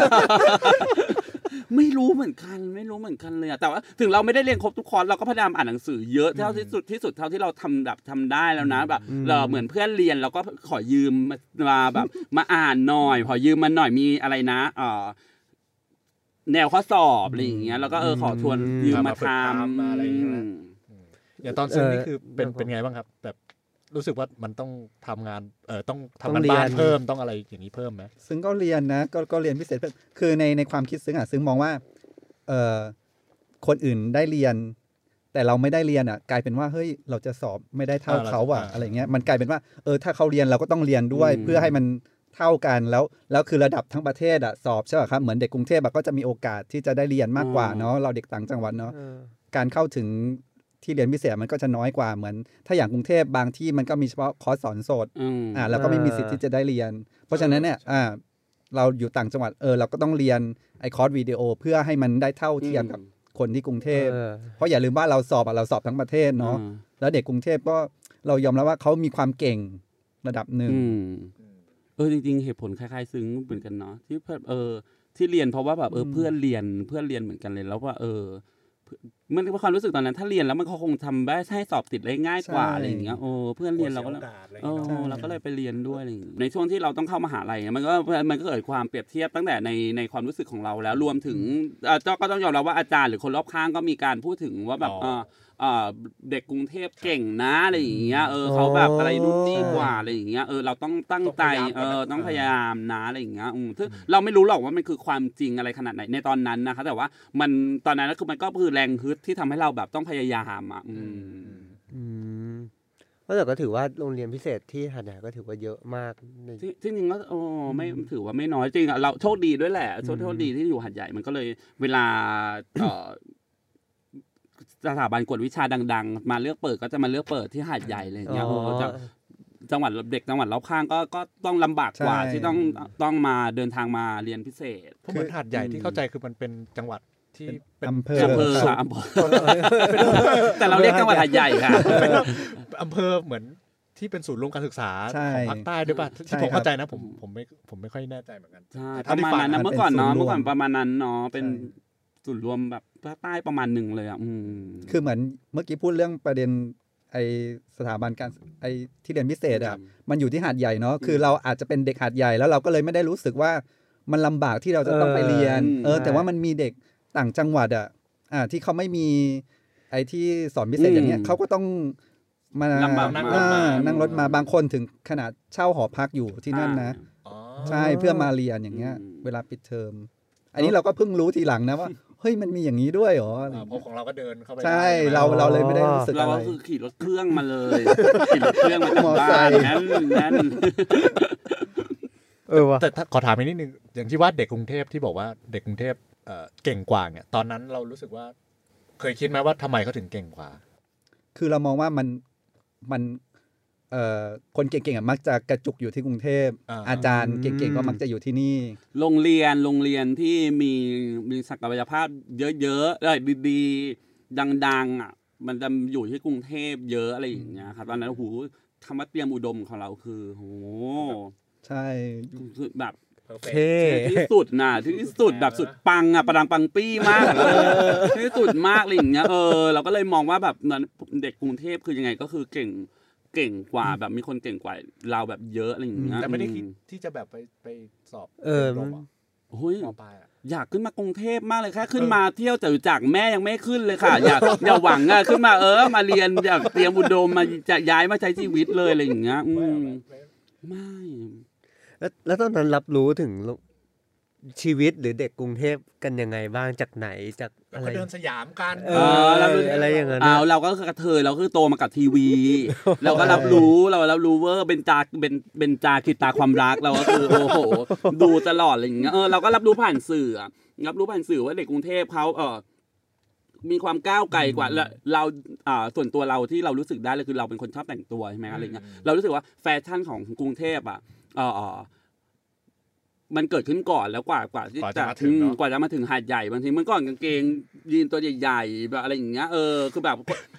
ไม่รู้เหมือนกันไม่รู้เหมือนกันเลยอะแต่ว่าถึงเราไม่ได้เรียนครบทุกคอร์สเราก็พยายามอ่านหนังสือเยอะเท่าที่สุดที่สุดเท่าที่เราทำแบบทำได้แล้วนะแบบเราเหมือนเพื่อนเรียนเราก็ขอยืมมาแบบมาอ่านหน่อยขอยืมมันหน่อยมีอะไรนะเอ่อแนวข้อสอบอะไรอย่างเงี้ยแล้วก็เออขอทวนยืมมาทำอะไรอย่างเงี้ยอย่างตอนซึ่งนี่คือเป็นเป็นไงบ้างครับแบบรู้สึกว่ามันต้องทำงานเออต้องทำงานบ้านเพิ่มต้องอะไรอย่างนี้เพิ่มไหมซึ่งก็เรียนนะก็ก็เรียนพิเศษเพิ่มคือในในความคิดซึ่งอ่ะซึ่งมองว่าเออคนอื่นได้เรียนแต่เราไม่ได้เรียนอ่ะกลายเป็นว่าเฮ้ยเราจะสอบไม่ได้เท่าเขาอ่ะอะไรเงี้ยมันกลายเป็นว่าเออถ้าเขาเรียนเราก็ต้องเรียนด้วยเพื่อให้มันเท่ากันแล้วแล้วคือระดับทั้งประเทศอ่ะสอบใช่ป่ะครับเหมือนเด็กกรุงเทพก็จะมีโอกาสที่จะได้เรียนมากกว่าเนาะเราเด็กต่างจังหวัดเนาะการเข้าถึงที่เรียนพิเศษมันก็จะน้อยกว่าเหมือนถ้าอย่างกรุงเทพบางที่มันก็มีเฉพาะคอร์สสอนสดอ่าเราก็ไม่มีสิทธิ์ที่จะได้เรียนเพราะฉะนั้นเนี่ยอ่าเราอยู่ต่างจังหวัดเออเราก็ต้องเรียนไอคอร์สวิดีโอเพื่อให้มันได้เท่าเทียมกับคนที่กรุงเทพเพราะอย่าลืมว่าเราสอบอ่ะเราสอบทั้งประเทศเนาะแล้วเด็กกรุงเทพก็เรายอมรับว่าเขามีความเก่งระดับหนึ่งเออจริงๆเหตุผลคล้ายๆซึ้งเหมือนกันเนาะที่เออที่เรียนเพราะว่าแบบเออเพื่อนเรียนเพื่อนเรียนเหมือนกันเลยแล้วว่าเออมันเป็นความรู้สึกตอนนั้นถ้าเรียนแล้วมันคงทำได้ให้สอบติดได้ง่ายกว่าอะไรอย่างเงี้ยโอ้เพื่อนเรียนเราก็เออเราก็เลยไปเรียนด้วยอะไรอย่างเงี้ยในช่วงที่เราต้องเข้ามหาลัยมันก็มันก็เกิดความเปรียบเทียบตั้งแต่ในในความรู้สึกของเราแล้วรวมถึงเจ้าก็ต้องยอมรับว่าอาจารย์หรือคนรอบข้างก็มีการพูดถึงว่าแบบเด็กกรุงเทพเก่งนะอะไรอย่างเงี้ยเออเขาแบบอะไรรุ่นนี้กว่าอะไรอย่างเงี้ยเออเราต้องตั้งใจเออต้องพยายามนะอะไรอย่างเงี้ยอืมซึ่งเราไม่รู้หรอกว่ามันคือความจริงอะไรขนาดไหนในตอนนั้นนะคะแต่ว่ามันตอนนั้นคือมันก็คือแรงฮึดที่ทำให้เราแบบต้องพยายามอ่ะอืมอืมก็แต่ก็ถือว่าโรงเรียนพิเศษที่หาดใหญ่ก็ถือว่าเยอะมากที่จริงก็โอ้ไม่ถือว่าไม่น้อยจริงอ่ะเราโชคดีด้วยแหละโชคดีที่อยู่หาดใหญ่มันก็เลยเวลาเอ่อสถาบันกวดวิชาดังๆมาเลือกเปิดก็จะมาเลือกเปิดที่หาดใหญ่เลยเนี่ยจังหวัดเด็กจังหวัดรอบข้างก็ก็ต้องลำบากกว่าที่ต้องต้องมาเดินทางมาเรียนพิเศษเพราะเหมือนหาดใหญ่ที่เข้าใจคือมันเป็นจังหวัดที่เป็นอำเภออำเภออำเภอแต่เราเรียกจังหวัดหาดใหญ่ค่ะเป็นอำเภอเหมือนที่เป็นศูนย์รวมการศึกษาของภาคใต้ด้วยป่ะที่ผมเข้าใจนะผมผมไม่ผมไม่ค่อยแน่ใจเหมือนกันใช่ประมาณนั้นนะเมื่อก่อนเนาะเมื่อก่อนประมาณนั้นเนาะเป็นศูนย์รวมแบบภาคใต้ประมาณหนึ่งเลยอ่ะคือเหมือนเมื่อกี้พูดเรื่องประเด็นไอสถาบันการไอที่เรียนพิเศษอ่ะมันอยู่ที่หาดใหญ่เนาะคือเราอาจจะเป็นเด็กหาดใหญ่แล้วเราก็เลยไม่ได้รู้สึกว่ามันลำบากที่เราจะต้องไปเรียนเออแต่ว่ามันมีเด็กต่างจังหวัดอ่ะอ่าที่เขาไม่มีไอที่สอนพิเศษอย่างเงี้ยเขาก็ต้องมานั่งรถมาบางคนถึงขนาดเช่าหอพักอยู่ที่นั่นนะใช่เพื่อมาเรียนอย่างเงี้ยเวลาปิดเทอมอันนี้เราก็เพิ่งรู้ทีหลังนะว่าเฮ้ยมันมีอย่างนี้ด้วยเหรอเพราะของเราก็เดินเข้าไปใช่เราเราเลยไม่ได้รู้สึกอะไรเราก็คือขี่รถเครื่องมาเลยขี่รถเครื่องมาจากบ้านนั่นนั่นเออแต่ขอถามอีกนิดนึงอย่างที่ว่าเด็กกรุงเทพที่บอกว่าเด็กกรุงเทพเก่งกว่าเนี่ยตอนนั้นเรารู้สึกว่าเคยคิดไหมว่าทำไมเขาถึงเก่งกว่าคือเรามองว่ามันมันเอ่อคนเก่งๆอ่ะมักจะกระจุกอยู่ที่กรุงเทพ อ, อาจารย์เก่งๆก็มักจะอยู่ที่นี่โรงเรียนโรงเรียนที่มีมีศักยภาพเยอะๆเลยดีๆดังๆอ่ะมันจะอยู่ที่กรุงเทพเยอะอะไรอย่างเงี้ยครับตอนนั้นโอ้โหคำว่าเตรียมอุดมของเราคือโหใช่คือแบบเท่ที่สุดน่ะที่สุดแบบสุดปังอ่ะประดังปังปี้มากที่สุดมากอะไรอย่างเงี้ยเออเราก็เลยมองว่าแบบเด็กกรุงเทพคือยังไงก็คือเก่งเก่งกว่าแบบมีคนเก่งกว่าเราแบบเยอะอะไรอย่างเงี้ยแต่ไม่ได้คิดที่จะแบบไปไปสอบเออโอ้ยอยากขึ้นมากรุงเทพมากเลยแค่ขึ้นมาเที่ยวแต่จากแม่ยังไม่ขึ้นเลยค่ะอยากอย่าหวังอะขึ้นมาเออมาเรียนอยากเตรียมอุดมมาจะย้ายมาใช้ชีวิตเลยอะไรอย่างเงี้ยไม่แล้วแล้วตอนนั้นรับรู้ถึงชีวิตหรือเด็กกรุงเทพกันยังไงบ้างจากไหนจากอะไรเดินสยามกันเอออะไรอย่างเงี้ยอ้าวเราก็กระเทยเราคือโตมากับทีวีเราก็รับรู้เราเรารู้ว่าเป็นจาเป็นเป็นจาคิดตาความรักเราก็คือโอ้โหดูตลอดอะไรอย่างเงี้ยเออเราก็รับรู้ผ่านสื่อรับรู้ผ่านสื่อว่าเด็กกรุงเทพเขาเออมีความก้าวไกลกว่าเราอ่าส่วนตัวเราที่เรารู้สึกได้เลยคือเราเป็นคนชอบแต่งตัวใช่ไหมอะไรเงี้ยเรารู้สึกว่าแฟชั่นของกรุงเทพอ่ะเออมันเกิดขึ้นก่อนแล้วกว่ากว่าที่จะถึงกว่าจะมาถึงหาดใหญ่บางทีเมื่อก่อนกางเกงยีนตัวใหญ่ๆแบบอะไรอย่างเงี้ยเออคือแบบ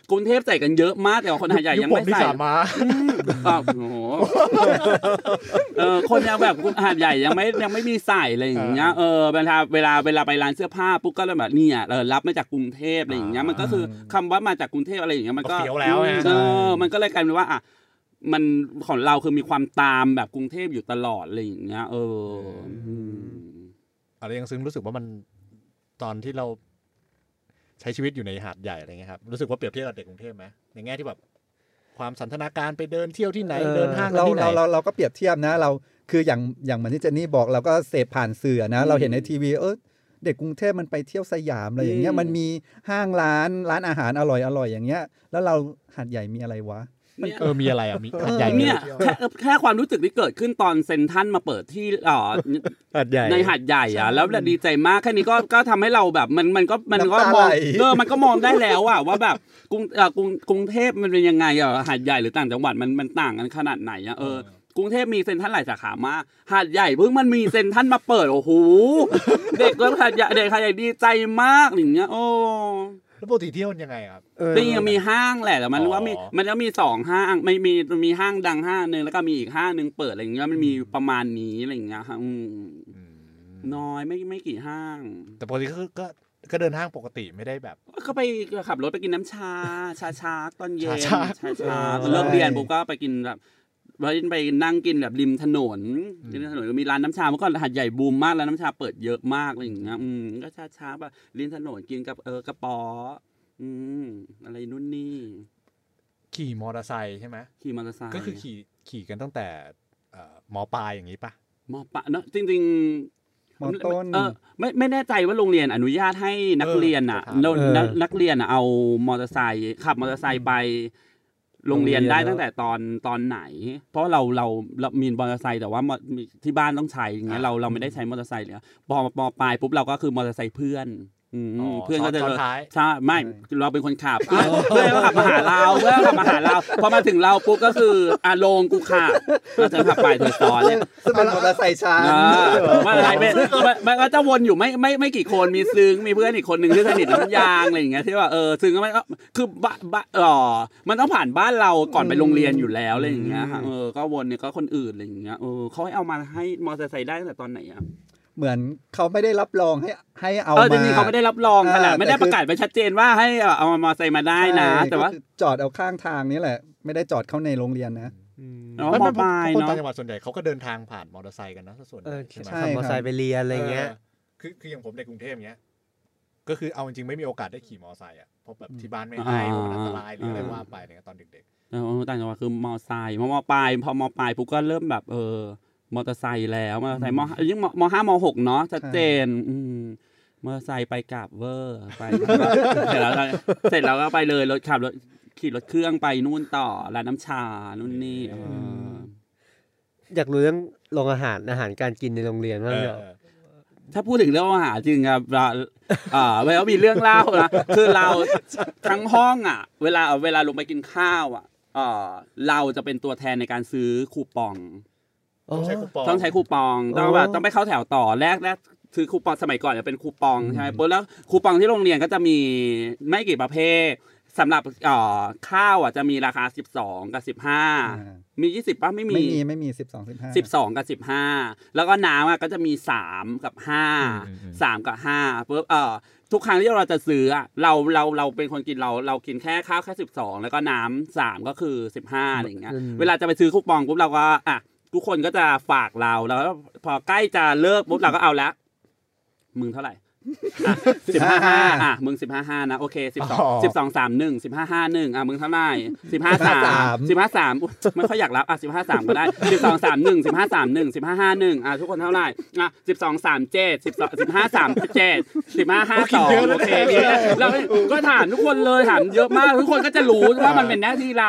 กรุงเทพใส่กันเยอะมากแต่ว่าคนหาดใหญ่ยังไม่ใส่อ้าวโอ้โหเออคนยังแบบหาดใหญ่ยังไม่ยังไม่มีใส่อะไรอย่างเงี้ยเออเวลาเวลาเวลาไปร้านเสื้อผ้าปุ๊บก็เลยแบบเนี่ยเออรับมาจากกรุงเทพอะไรอย่างเงี้ยมันก็คือคำว่ามาจากกรุงเทพอะไรอย่างเงี้ยมันก็เฟี้ยวแล้วเออมันก็เลยกลายเป็นว่าอ่ะมันของเราคือมีความตามแบบกรุงเทพอยู่ตลอดอะไรอย่างเงี้ยเอออะไรยังซึ้งรู้สึกว่ามันตอนที่เราใช้ชีวิตอยู่ในหาดใหญ่อะไรเงี้ยครับรู้สึกว่าเปรียบเทียบกับเด็กกรุงเทพไหมในแง่ที่แบบความสันทนาการไปเดินเที่ยวที่ไหนเดินห้างที่ไหนเราเราเราก็เปรียบเทียบนะเราคืออย่างอย่างเหมือนที่เจนนี่บอกเราก็เสพผ่านสื่อนะเราเห็นในทีวีเออเด็กกรุงเทพมันไปเที่ยวสยามอะไรอย่างเงี้ยมันมีห้างร้านร้านอาหารอร่อยอร่อยอย่างเงี้ยแล้วเราหาดใหญ่มีอะไรวะเออมีอะไรอ่ะมีหาดใหญ่เนี่ยแค่แค่ความรู้สึกที่เกิดขึ้นตอนเซ็นทรัลมาเปิดที่อ๋อหาดใหญ่ในหาดใหญ่อ่ะแล้วดีใจมากแค่นี้ก็ก็ทำให้เราแบบมันมันก็มันก็มองเออมันก็มองได้แล้วอ่ะว่าแบบกรุงเอ่อกรุงกรุงเทพมันเป็นยังไงอ่ะหาดใหญ่หรือต่างจังหวัดมันมันต่างกันขนาดไหนอ่ะเออกรุงเทพมีเซ็นทรัลหลายสาขามากหาดใหญ่เพิ่งมันมีเซ็นทรัลมาเปิดโอ้โหเด็กก็หาดใหญ่เด็กหาดใหญ่ดีใจมากอย่างเงี้ยโอ้แล้วปกติเที่ยวยังไงครับจริงๆมีห้างแหละแต่มันว่ามีมันก็มีสองห้างไม่มีมีห้างดังห้างนึงแล้วก็มีอีกห้างนึงเปิดอะไรอย่างเงี้ยมันมีประมาณนี้อะไรอย่างเงี้ยครับน้อยไม่ไม่กี่ห้างแต่ปกติก็ก็ก็เดินห้างปกติไม่ได้แบบก็ไปขับรถไปกินน้ำชาชาชาตอนเย็นชาชาเลิกเรียนปุ๊บก็ไปกินแบบไปนั่งกินแบบริมถนนริมถนนก็มีร้านน้ำชาเมื่อก่อนหาดใหญ่บูมมากแล้วน้ำชาเปิดเยอะมากอะไรอย่างเงี้ยอืมก็ชาชาแบบริมถนนกินกับเออกระป๋ออืมอะไรนู่นนี่ขี่มอเตอร์ไซค์ใช่ไหมขี่มอเตอร์ไซค์ก็คือขี่ขี่กันตั้งแต่มปลายอย่างนี้ป่ะมปลายเนาะจริงๆมต้นเออไม่ไม่แน่ใจว่าโรงเรียนอนุญาตให้นักเรียนอ่ะนักเรียนอ่ะเอามอเตอร์ไซค์ขับมอเตอร์ไซค์ไปโรงเรียนได้ตั้งแต่ตอนตอนไหนเพราะเราเราเรามีมอเตอร์ไซค์แต่ว่าที่บ้านต้องใช้อย่างเงี้ยเราเราไม่ได้ใช้มอเตอร์ไซค์เลยพอมปลายปุ๊บเราก็คือมอเตอร์ไซค์เพื่อนเพื่อนก็จะใช่ไม่เราเป็นคนขับเพื่อนก็ขับมาหาเราเพื่อนขับมาหาเราพอมาถึงเราปุ๊บก็คืออ่ะลงกูขับเราจะขับไปเธอซ้อนเนี่ยซึ่งเป็นมอเตอร์ไซค์ช้าไม่อะไรไม่มันก็จะวนอยู่ไม่ไม่ไม่กี่คนมีซึ้งมีเพื่อนอีกคนนึงที่สนิทน้ำยางอะไรอย่างเงี้ยที่ว่าเออซึ้งก็ไม่คือบ้านบ้านอ๋อมันต้องผ่านบ้านเราก่อนไปโรงเรียนอยู่แล้วอะไรอย่างเงี้ยเออก็วนเนี่ยก็คนอื่นอะไรอย่างเงี้ยเออเขาให้เอามาให้มอเตอร์ไซค์ได้ตั้งแต่ตอนไหนอ่ะเหมือนเขาไม่ได้รับรองให้ให้เอามาเออจริงๆเขาไม่ได้รับรองขนาดไม่ได้ประกาศไปชัดเจนว่าให้เอามอเตอร์ไซค์มาได้นะแต่ว่าจอดเอาข้างทางนี่แหละไม่ได้จอดเข้าในโรงเรียนนะอ๋อมอปลายเนาะคนต่างจังหวัดส่วนใหญ่เขาก็เดินทางผ่านมอเตอร์ไซค์กันนะส่วนใหญ่ใช่ไหมขับมอเตอร์ไซค์ไปเรียนอะไรเงี้ยคือคืออย่างผมในกรุงเทพเงี้ยก็คือเอาจริงๆไม่มีโอกาสได้ขี่มอเตอร์ไซค์อ่ะเพราะแบบที่บ้านไม่ให้มันอันตรายหรืออะไรว่าไปเนี่ยตอนเด็กๆอ๋อต่างจังหวัดคือมอเตอร์ไซค์มอปลายพอมอปลายปุ๊บก็เริ่มแบบเออมอเตอร์ไซค์แล้วมอเตอร์ไซค์มยิ่งมห้ามหกเนาะชัดเจนมอเตอร์ไซค์ไปกลับเวอร์ไปเสร็จแล้วเสร็จแล้วก็ไปเลยรถขับรถขี่รถเครื่องไปนู่นต่อร้านน้ำชานู่นนี่อยากรู้เรื่องโรงอาหารอาหารการกินในโรงเรียนบ้างเหรอถ้าพูดถึงเรื่องอาหารจริงครับอ่าเวลามีเรื่องเล่านะคือเราทั้งห้องอ่ะเวลาเวลาลงไปกินข้าวอ่ะเราจะเป็นตัวแทนในการซื้อคูปองต้องใช้คูปองต้องใช้คูปองต้องแบบต้องไปเข้าแถวต่อแรกแรกซื้อคูปองสมัยก่อนจะเป็นคูปองใช่ไหมปุ๊บแล้วคูปองที่โรงเรียนก็จะมีไม่กี่ประเภทสำหรับอ่อข้าวอ่ะจะมีราคาสิบสองกับสิบห้ามียี่สิบป่ะไม่มีไม่มีไม่มีสิบสอง สิบห้าสิบสองกับสิบห้าแล้วก็น้ำอ่ะก็จะมีสามกับห้า สามกับห้าปุ๊บเอ่อทุกครั้งที่เราจะซื้ออ่ะเราเราเราเป็นคนกินเราเรากินแค่ข้าวแค่สิบสองแล้วก็น้ำสามก็คือสิบห้าอะไรอย่างเงี้ยเวลาจะไปซื้อคูปองปุ๊บเราก็อ่ะทุกคนก็จะฝากเราแล้วพอใกล้จะเลิกปุ๊บเราก็เอาละมึงเท่าไหร่สิบห้าห้าอ่ะมึงสิบห้าห้านะโอเคสิบสองสิบสองสามหนึ่งสิบห้าห้าหนึ่งอ่ะมึงเท่าไหร่สิบห้าสามสิบห้าสามไม่ค่อยอยากรับอ่ะสิบห้าสามก็ได้สิบสองสามหนึ่งสิบห้าสามหนึ่งสิบห้าห้าหนึ่งอ่ะทุกคนเท่าไหร่อ่ะสิบสองสามเจ็ดสิบสองสิบห้าสามเจ็ดสิบห้าห้าสองโอเคแล้วก็ถามทุกคนเลยถามเยอะมากทุกคนก็จะรู้ว่ามันเป็นหน้าที่เรา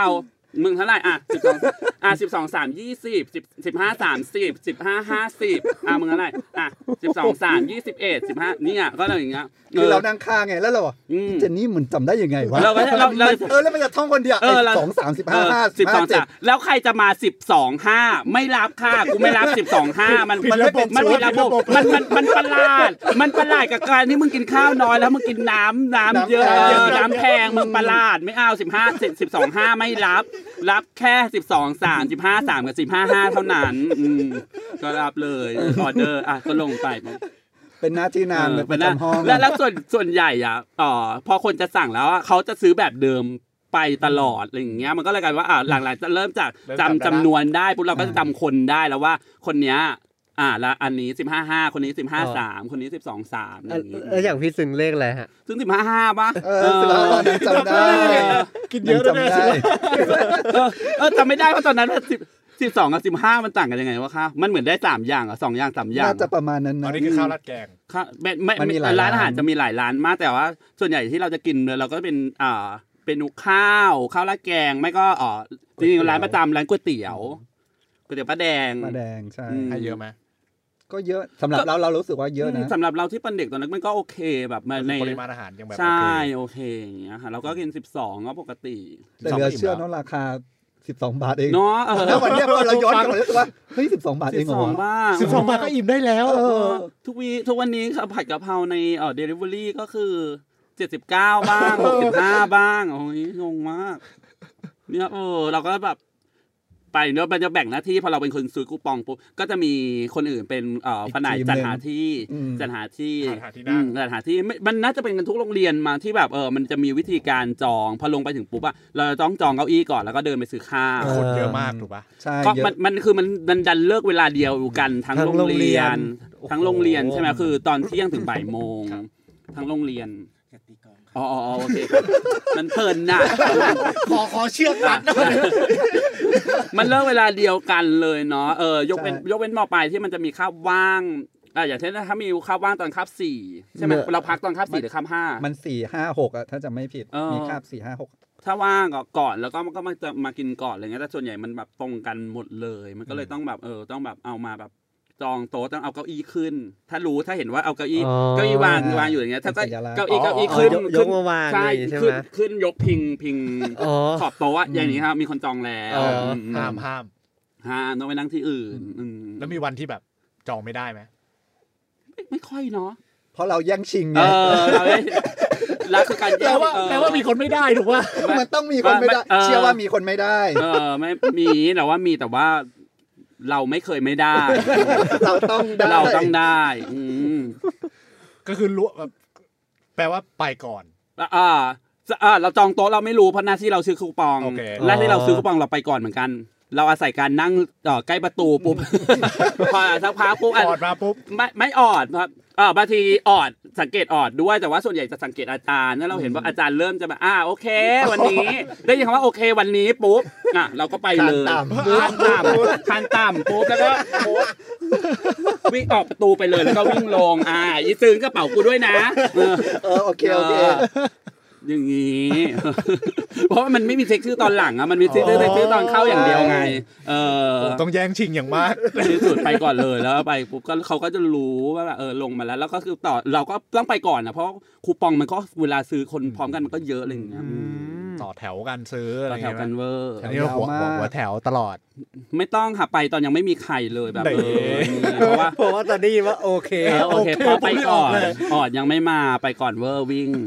มึงเท่าไหร่อ่ะสิบสองอ่ะสิบสองสามยี่สิบสิบสิบห้าสามสิบสิบห้าห้าสิบอ่ะมึงเท่าไหร่อ่ะสิบสองสามยี่สิบเอ็ดสิบห้าเนี่ยก็อะไรอย่างเงี้ยคือเรานั่งข้างไงแล้วเราอ่ะเจนนี่มันจำได้ยังไงวะเราก็เราเราเออแล้วมันจะท่องคนเดียวสองสามสิบห้าห้าสิบสองสามแล้วใครจะมาสิบสองห้าไม่รับค่ะกูไม่รับสิบสองห้ามันมันมันมีระบบมันมันมันประหลาดมันประหลาดกับการที่มึงกินข้าวน้อยแล้วมึงกินน้ำน้ำเยอะน้ำแพงมึงประหลาดไม่เอาสิบห้าสิบสองห้าไม่รับรับแค่สิบสองสามสิบห้าสามกับสิบห้าห้าเท่านั้นก็รับเลยออเดอร์อ่ะก็ลงไปเป็นหน้าที่นานเป็นห้องแล้วแล้วส่วนส่วนใหญ่อ่ะอ๋อพอคนจะสั่งแล้วเขาจะซื้อแบบเดิมไปตลอดอะไรอย่างเงี้ยมันก็เลยกลายว่าอ่าหลังๆจะเริ่มจากจำจำนวนได้ปุ๊บเราก็จะจำคนได้แล้วว่าคนเนี้ยอ่าแล้วอันนี้สิบห้าห้าคนนี้สิบห้าสามคนนี้สิบสองสามอะไรอย่างเงี้ยแล้วอย่างพี่ซึ้งเลขอะไรฮะซึ่งสิบห้าห้าป่ะเออจำได้กินเยอะเลยเออจำไม่ได้เพราะตอนนั้นสิบสิบสองกับสิบห้ามันต่างกันยังไงวะคะมันเหมือนได้สามอย่างอ่ะสองอย่างสามอย่างน่าจะประมาณนั้นนะอันนี้คือข้าวราดแกงค่ะไม่ไม่ร้านอาหารจะมีหลายร้านมากแต่ว่าส่วนใหญ่ที่เราจะกินเราก็เป็นอ่าเป็นนุข้าวข้าวราดแกงไม่ก็อ๋อจริงๆร้านประจำร้านก๋วยเตี๋ยวก๋วยเตี๋ยวป้าแดงป้าแดงใช่ให้เยอะไหมก็เยอะสำหรับเราเรารู้สึกว่าเยอะนะสำหรับเราที่เป็นเด็กตอนนั้นมันก็โอเคแบบในปริมาณอาหารยังแบบใช่โอเคอย่างเงี้ยค่ะเราก็กินสิบสองก็ปกติแต่เหลือเชื่อเนาะราคาสิบสองบาทเองเนาะแล้ววันนี้พอเราย้อนกลับมาแล้วว่าเฮ้ยสิบสองบาทเองเหรอสิบสองบาทก็อิ่มได้แล้วทุกวีทุกวันนี้ผัดกะเพราในเอ่อ delivery ก็คือเจ็ดสิบเก้าบ้างหกสิบห้าบ้างโอ้ยงงมากเนี่ยเออเราก็แบบไปเนาะมันจะแบ่งหน้าที่พอเราเป็นคนซื้อคูปองปุ๊บก็จะมีคนอื่นเป็นเอ่อฝ่ายจัดหาที่จัดหาที่จัดหาที่มันน่าจะเป็นกันทุกโรงเรียนมาที่แบบเออมันจะมีวิธีการจองพอลงไปถึงปุ๊บอะเราจะต้องจองเก้าอี้ก่อนแล้วก็เดินไปซื้อข้าวคนเยอะมากถูกป่ะใช่ก็มันมันคือมันดันเลิกเวลาเดียวกันทั้งโรงเรียนทั้งโรงเรียนใช่ไหมคือตอนเที่ยงถึงบ่ายโมงทั้งโรงเรียนอ๋ออ๋อโอเคมันเพลินน่ะขอขอเชือกรัดมันเลิกเวลาเดียวกันเลยเนาะเออยกเป็นยกเว้นม.ปลายที่มันจะมีคาบว่างอ่ะอย่างเช่นถ้ามีคาบว่างตอนคาบสี่ใช่ไหมเราพักตอนคาบสี่หรือคาบห้ามันสี่ห้าหกอ่ะถ้าจะไม่ผิดมีคาบสี่ห้าหกถ้าว่างก่อนแล้วก็มันก็มาจะมากินก่อนอะไรเงี้ยแต่ส่วนใหญ่มันแบบตรงกันหมดเลยมันก็เลยต้องแบบเออต้องแบบเอามาแบบจองโต๊ะต้องเอาเก้าอี้ขึ้นถ้ารู้ถ้าเห็นว่าเอาเก้าอี้เก้าอี้วางวางอยู่อย่างเงี้ยถ้าก็เก้าอี้เก้าอี้ขึ้นยกมาวางใช่ขึ้นขึ้นยกพิงพิงขอบโต๊ะอย่างนี้ครับมีคนจองแล้วห้ามห้ามห้ามต้องไปนั่งที่อื่นแล้วมีวันที่แบบจองไม่ได้ไหมไม่ไม่ค่อยเนาะเพราะเราแย่งชิงไงเราแล้วคือการแย่งแปลว่ามีคนไม่ได้ถูกป่ะมันต้องมีคนไม่ได้เชื่อว่ามีคนไม่ได้เออไม่มีแต่ว่ามีแต่ว่าเราไม่เคยไม่ได้เราต้องได้เราต้องได้ก็คือรู้แปลว่าไปก่อนอ่าอ่าเราจองโต๊ะเราไม่รู้เพราะหน้าที่เราซื้อคูปองหน้าที่เราซื้อคูปองเราไปก่อนเหมือนกันเราอาศัยการนั่งใกล้ประตูปุ๊บพอสักพักปุ๊บออดมาปุ๊บไม่ไม่ออดครับอ่าบางทีออดสังเกตออดด้วยแต่ว่าส่วนใหญ่จะสังเกตอาจารย์ถ้าเราเห็นว่าอาจารย์เริ่มจะแบบอ่าโอเควันนี้ได้ยินคำว่าโอเควันนี้ปุ๊บอ่ะเราก็ไปเลยขั้นต่ำขั้นต่ำปุ๊บแล้วก็วิ่งออกประตูไปเลยแล้วก็วิ่งลงอ่าอีซึงกระเป๋ากูด้วยนะเออโอเคโอเคอย่างงี้เพราะว่ามันไม่มีเซ็กชื่อตอนหลังอ่ะมันมีเซ็กชื่อตอนเข้าอย่างเดียวไงเออต้องแย่งชิงอย่างมากที่สุดไปก่อนเลยแล้วไปปุ๊บก็เขาก็จะรู้ว่าแบบเออลงมาแล้วแล้วก็คือต่อเราก็ต้องไปก่อนนะเพราะคูปองมันก็เวลาซื้อคนพร้อมกันมันก็เยอะอะไรอย่างเงี้ยต่อแถวกันซื้ออะไรแถวกันเวอร์อันนี้หัวหัวแถวตลอดไม่ต้องค่ะไปตอนยังไม่มีใครเลยแบบเออเพราะว่าเพราะว่าตอนนี้ว่าโอเคโอเคพอไปก่อนออดยังไม่มาไปก่อนเวอร์วิ่ง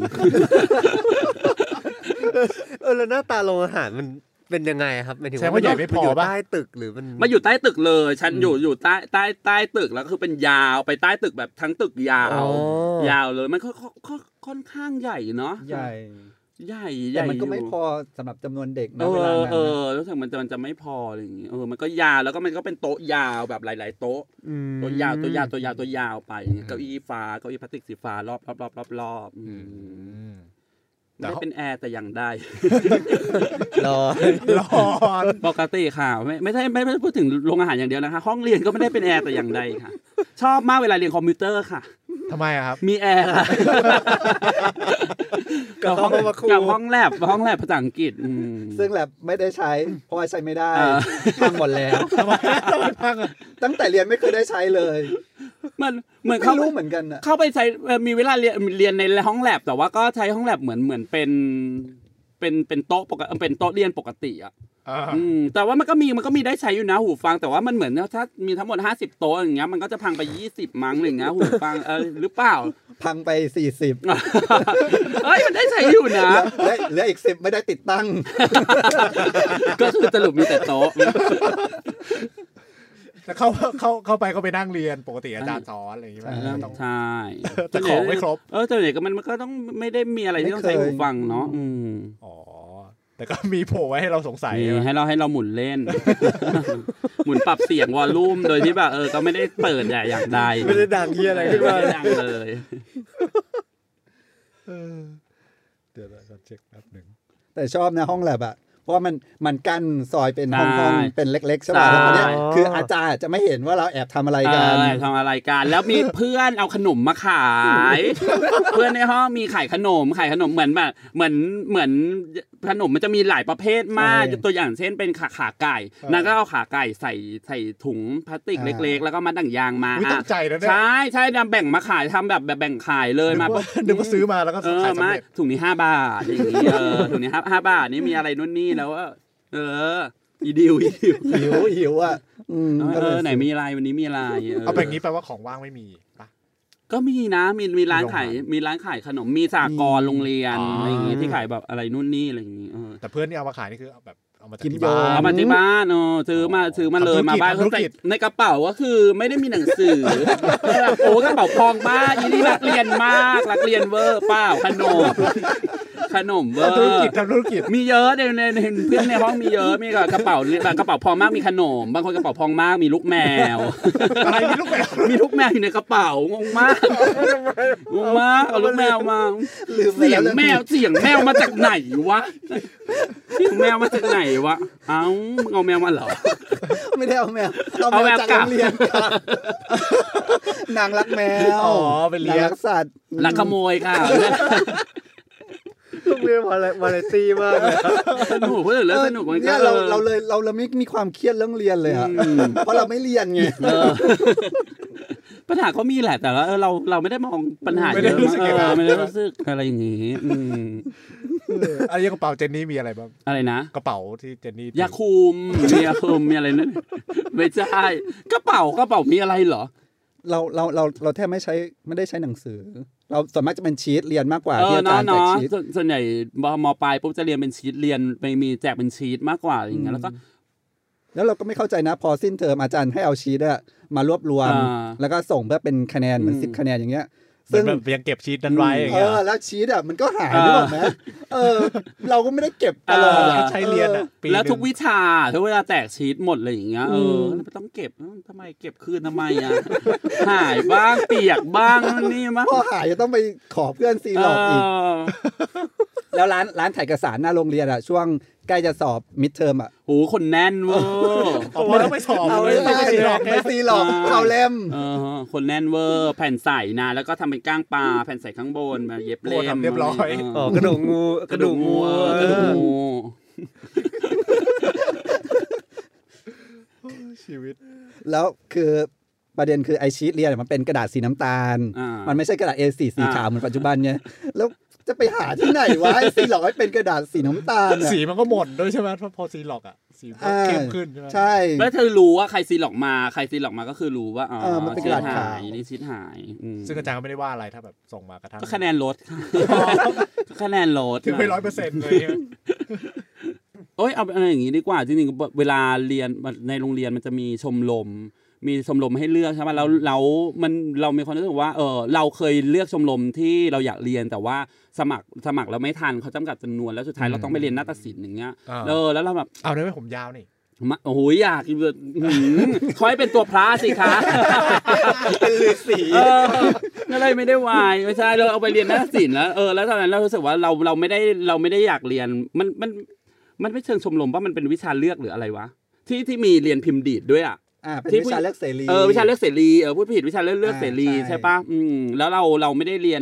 เออแล้วหน้าตาโรงอาหารมันเป็นยังไงครับหมายถึงว่ามันอยู่ใต้ตึกหรือมันมาอยู่ใต้ตึกเลยฉันอยู่อยู่ใต้ใต้ใต้ตึกแล้วคือเป็นยาวไปใต้ตึกแบบทั้งตึกยาวยาวเลยมันค่อนข้างใหญ่เนาะใหญ่ใหญ่ใหญ่มันก็ไม่พอสำหรับจำนวนเด็กนะเวลานั้นเออรู้สึกมันจะมันจะไม่พออะไรอย่างงี้เออมันก็ยาวแล้วก็มันก็เป็นโต๊ะยาวแบบหลายๆโต๊ะโต๊ะยาวโต๊ะยาวโต๊ะยาวโต๊ะยาวไปเก้าอี้ฟ้าเก้าอี้พลาสติกสีฟ้ารอบรอบรอบรอบรอบไม่เป็นแอร์แต่อย่างใดร้อนร้อนปกติค่ะไม่ไม่ใช่ไม่ไม่พูดถึงโรงอาหารอย่างเดียวนะคะห้องเรียนก็ไม่ได้เป็นแอร์แต่อย่างใดค่ะชอบมากเวลาเรียนคอมพิวเตอร์ค่ะทำไมอะครับมีแอร์ค่ะกับห้องกับห้องแลบห้องแลบภาษาอังกฤษอืมซึ่งแลบไม่ได้ใช้เพราะว่าใช้ไม่ได้เออพังหมดแล้วตั้งแต่เรียนไม่เคยได้ใช้เลยมันเหมือนไม่เขารู้เหมือนกันอ่ะเข้าไปใช้เอ่อมีเวลาเรียนเรียนในห้องแลบแต่ว่าก็ใช้ห้องแลบเหมือนเหมือนเป็นเป็นเป็นโต๊ะปกติเป็นโต๊ะเรียนปกติอ่ะอ่าอืมแต่ว่ามันก็มีมันก็มีได้ใช้อยู่นะหูฟังแต่ว่ามันเหมือนถ้ามีทั้งหมดห้าสิบโต๊ะอย่างเงี้ยมันก็จะพังไปยี่สิบมั้งอะไรเงี้ยหูฟังเออหรือเปล่าพังไปสี่สิบเอ้ยมันได้ใช้อยู่นะเหลือเหลืออีกสิบไม่ได้ติดตั้งก็คือสรุปมีแต่โต๊ะแต่เข้าเข้าเข้าไปก็ไปนั่งเรียนปกติอาจารย์สอนอะไรอย่างเงี้ยไม่ต้องใช่แต่ของไม่ครบเออแต่เด็กก็มันมันก็ต้องไม่ได้มีอะไรที่ต้องใช้หูฟังเนาะอืมอ๋อแต่ก็มีโผล่ไว้ให้เราสงสัยนี่ใช่ไหมให้เราให้เราหมุนเล่น หมุนปรับเสียงวอลลุ่มโดยที่แบบเออก็ไม่ได้เปิดใหญ่อย่างใดไม่ได้ดังเหี้ยอะไรขึ้นมาไม่ได้ดังเลยเออเดี๋ยวเราเช็คแป๊บหนึ่งแต่ชอบนะห้องแลบอะเพราะว่ามันมันกั้นซอยเป็นห้องใช่ห้องเป็นเล็กๆใช่ป่ะใช่แล้วคราวเนี้ยคืออาจารย์จะไม่เห็นว่าเราแอบทำอะไรเอกันอทำอะไรกันแล้วมีเพื่อนเอาขนมมาขาย เพื่อนในห้องมีขายขนมขายขนมเหมือนแบบเหมือนเหมือนขนมมันจะมีหลายประเภทมากตัวอย่างเช่นเป็นขาขาไก่นางก็เอาขาไก่ใส่ใส่ถุงพลาสติกเล็กๆแล้วก็มาดั่งยางมาอุ๊ยตกใจนะเนี่ยใช่ใช่นำแบ่งมาขายทำแบบแบบแบ่งขายเลยมานึกว่านึกว่าซื้อมาแล้วก็เออขายสำมาเร็จถุงนี้ห้าบาทอย่างนี้เออถุงนี้ห้าห้าบาทนี่มีอะไรนู่นนี่แล้วว่าเอออีดิวอีดิวหิวหิวอะอืมเออไหนมีอะไรวันนี้มีอะไรเอาแบบนี้แปลว่าของว่างไม่มีปะก็มีนะมีมีร้านมีโรงขายงานมีร้านขายขนมมีสากลโรงเรียนอ๋อออะไรอย่างงี้ที่ขายแบบอะไรนู่นนี่อะไรอย่างงี้เออแต่เพื่อนที่เอามาขายนี่คือเอาแบบเอามาจากกินที่โยบ้านเอามาที่บ้านเออซื้อมาซื้อมาเลยทำธุรกิจมาบ้านทำธุรใส่กิจในกระเป๋าก็คือไม่ได้มีหนังสือแบบโอ้กระเป๋าพองมากอีนี่รักเรียนมากรักเรียนเวอร์เปล่าขนมขนมเวอทำธุรร์กิจทำธุรกิจมีเยอะในในในเพื่อนในห้องมีเยอะมีกับกระเป๋าแบบกระเป๋าพองมากมีขนมบางคนกระเป๋าพองมากมีลูกแมวอะไรมีลูกแมวมีลูกแมวอยู่ในกระเป๋างงมากงงมากเอาลูกแมวมาลืมไปเสียแล้งวแมวเสียงแมวมาจากไหนวะเสียงแมวมาจากไหนวะเอ้ามึงเอาแมวมาเหรอไม่ได้เอาแมวเอาเอาแมแมววจากกลัโรบงเรียนครับนางรักแมวอ๋อไปเลี้ยงนางรักสัตว์ลักขโมยค่ะโรงเรียนวาไรวาไรตี้มากเลยสนุกเพื่อนเรื่องสนุกมันก็เนี่ยเราเราเลยเราเราไม่มีความเครียดเรื่องเรียนเลยอะเพราะเราไม่เรียนไงเออปัญหาก็มีแหละแต่ว่าเออเราเราไม่ได้มองปัญหาไม่ได้เยอะรู้สึกเออย่างนั้นอไม่ได้รู้สึกอะไรอย่างงี้อืมอะไรกระเป๋าเจนนี่มีอะไรบ้างอะไรนะกระเป๋าที่เจนนี่ยาคุมมียาคุมมีอะไรนั่นไม่ใช่กระเป๋ากระเป๋ามีอะไรเหรอเราเราเราเราแทบไม่ใช้ไม่ได้ใช้หนังสือ เราส่วนมากจะเป็นชีตเรียนมากกว่าเอที่ออาจารย์แจกเนาะเนาะชีตส่วนส่วนใหญ่มมปลายปุ๊บจะเรียนเป็นชีตเรียนไปมีแจกเป็นชีตมากกว่าอย่างเงี้ยแล้วก็แล้วเราก็ไม่เข้าใจนะ พอสิ้นเทอมอาจารย์ให้เอาชีตอะมารวบรวมอ่าแล้วก็ส่งเพื่อเป็นคะแนนเหมือนอืมสิบคะแนนอย่างเงี้ยซึ่ซึ่งงแบบยังเก็บชีตนั้นไว้อย่างเอเงี้ยอแล้วชีตอะมันก็หายนึกออกไหมเออ เราก็ไม่ได้เก็บตลอดอะใช้เรียนอะปีแล้วทุกหนึ่งวิชาทุกเวลาแจกชีตหมดเลยอย่างเงี้ยเออแล้วไม่ต้องเก็บเออทำไมเก็บคืนทำไมอ่ะ หายบ้างเปียกบ้างนู่นนี่มั้งพอหายจะต้องไปขอเพื่อนซีหลอกอีกเออแล้วร้านร้านถ่ายเอกสารหน้าโรงเรียนอะช่วงใกล้จะสอบมิดเทอมอะโหคนแน่นเวอร์ออกมาแล้วไปสอบเอาเลไม่ยได้ไม่ใช่หรอกไม่ซีหลอกอ่าเอาเล่มเออคนแน่นเวอร์แผ่นใส่นะแล้วก็ทำเป็นก้างปลาแผ่นใส่ข้างบนมาเย็บโอ้เล่มทำเรียบร้อยอ๋อกระดูกงูกระดูกงูเออกระดูกงูชีวิตแล้วคือประเด็นคือไอชีตเรียนมันเป็นกระดาษสีน้ำตาลอ่ามัมันไม่ใช่กระดาษ เอ โฟร์ สีอ่าขาวเหมือนปัจจุบันเนี่ยแล้วจะไปหาที่ไหนวะไอซีหลอกให้เป็นกระดาษสีน้ำตาลอะสีมันก็หมดด้วยใช่ไหมเพราะพอซีล็อกอะสีมันก็อ่าเข้มขึ้นใช่ไหมใช่แล้วเธอรู้ว่าใครซีหลอกมาใครซีหลอกมาก็คือรู้ว่าอ๋อเออมันเป็นกชีระตดาษหาขาย วนี่ชีตหายอืมซึ่งอาจารย์ก็ไม่ได้ว่าอะไรถ้าแบบส่งมากระทั่งก็คะแนนลดก็คะแนนลดถึงไปร้อยเปอร์เซ็นต์เลยใช่ไหมโอ้ยเอาอะไรอย่างงี้ดีกว่าจริงๆเวลาเรียนในโรงเรียนมันจะมีชมรมมีชมรมให้เลือกใช่ไหมแล้วเรามันเรามีความรู้สึกว่าเออเราเคยเลือกชมรมที่เราอยากเรียนแต่ว่าสมัครสมัครแล้วไม่ทันเขาจำกัดจำนวนแล้วสุดท้ายเราต้องไปเรียนนาฏศิลป์อย่างเงี้ยเออแล้วเราแบบเอาได้ไหมผมยาวนี่มาโอ้โหอยากคอยเป็นตัวพระสิคะเป็นฤาษีเอออะไรไม่ได้วายไม่ใช่เราเอาไปเรียนนาฏศิลป์แล้วเออแล้วตอนนั้นเรารู้สึกว่าเราเราไม่ได้เราไม่ได้อยากเรียนมันมันมันไม่เชิงชมรมว่ามันเป็นวิชาเลือกหรืออะไรวะที่ที่มีเรียนพิมพ์ดีดด้วยอ่ะอ่าเป็นที่วิชาเลือกเสรีเออวิชาเลือกเสรีเออพูดผิดวิชาเลือกเลือกอ่าเสรีใช่ใช่ป่ะอืมแล้วเราเราไม่ได้เรียน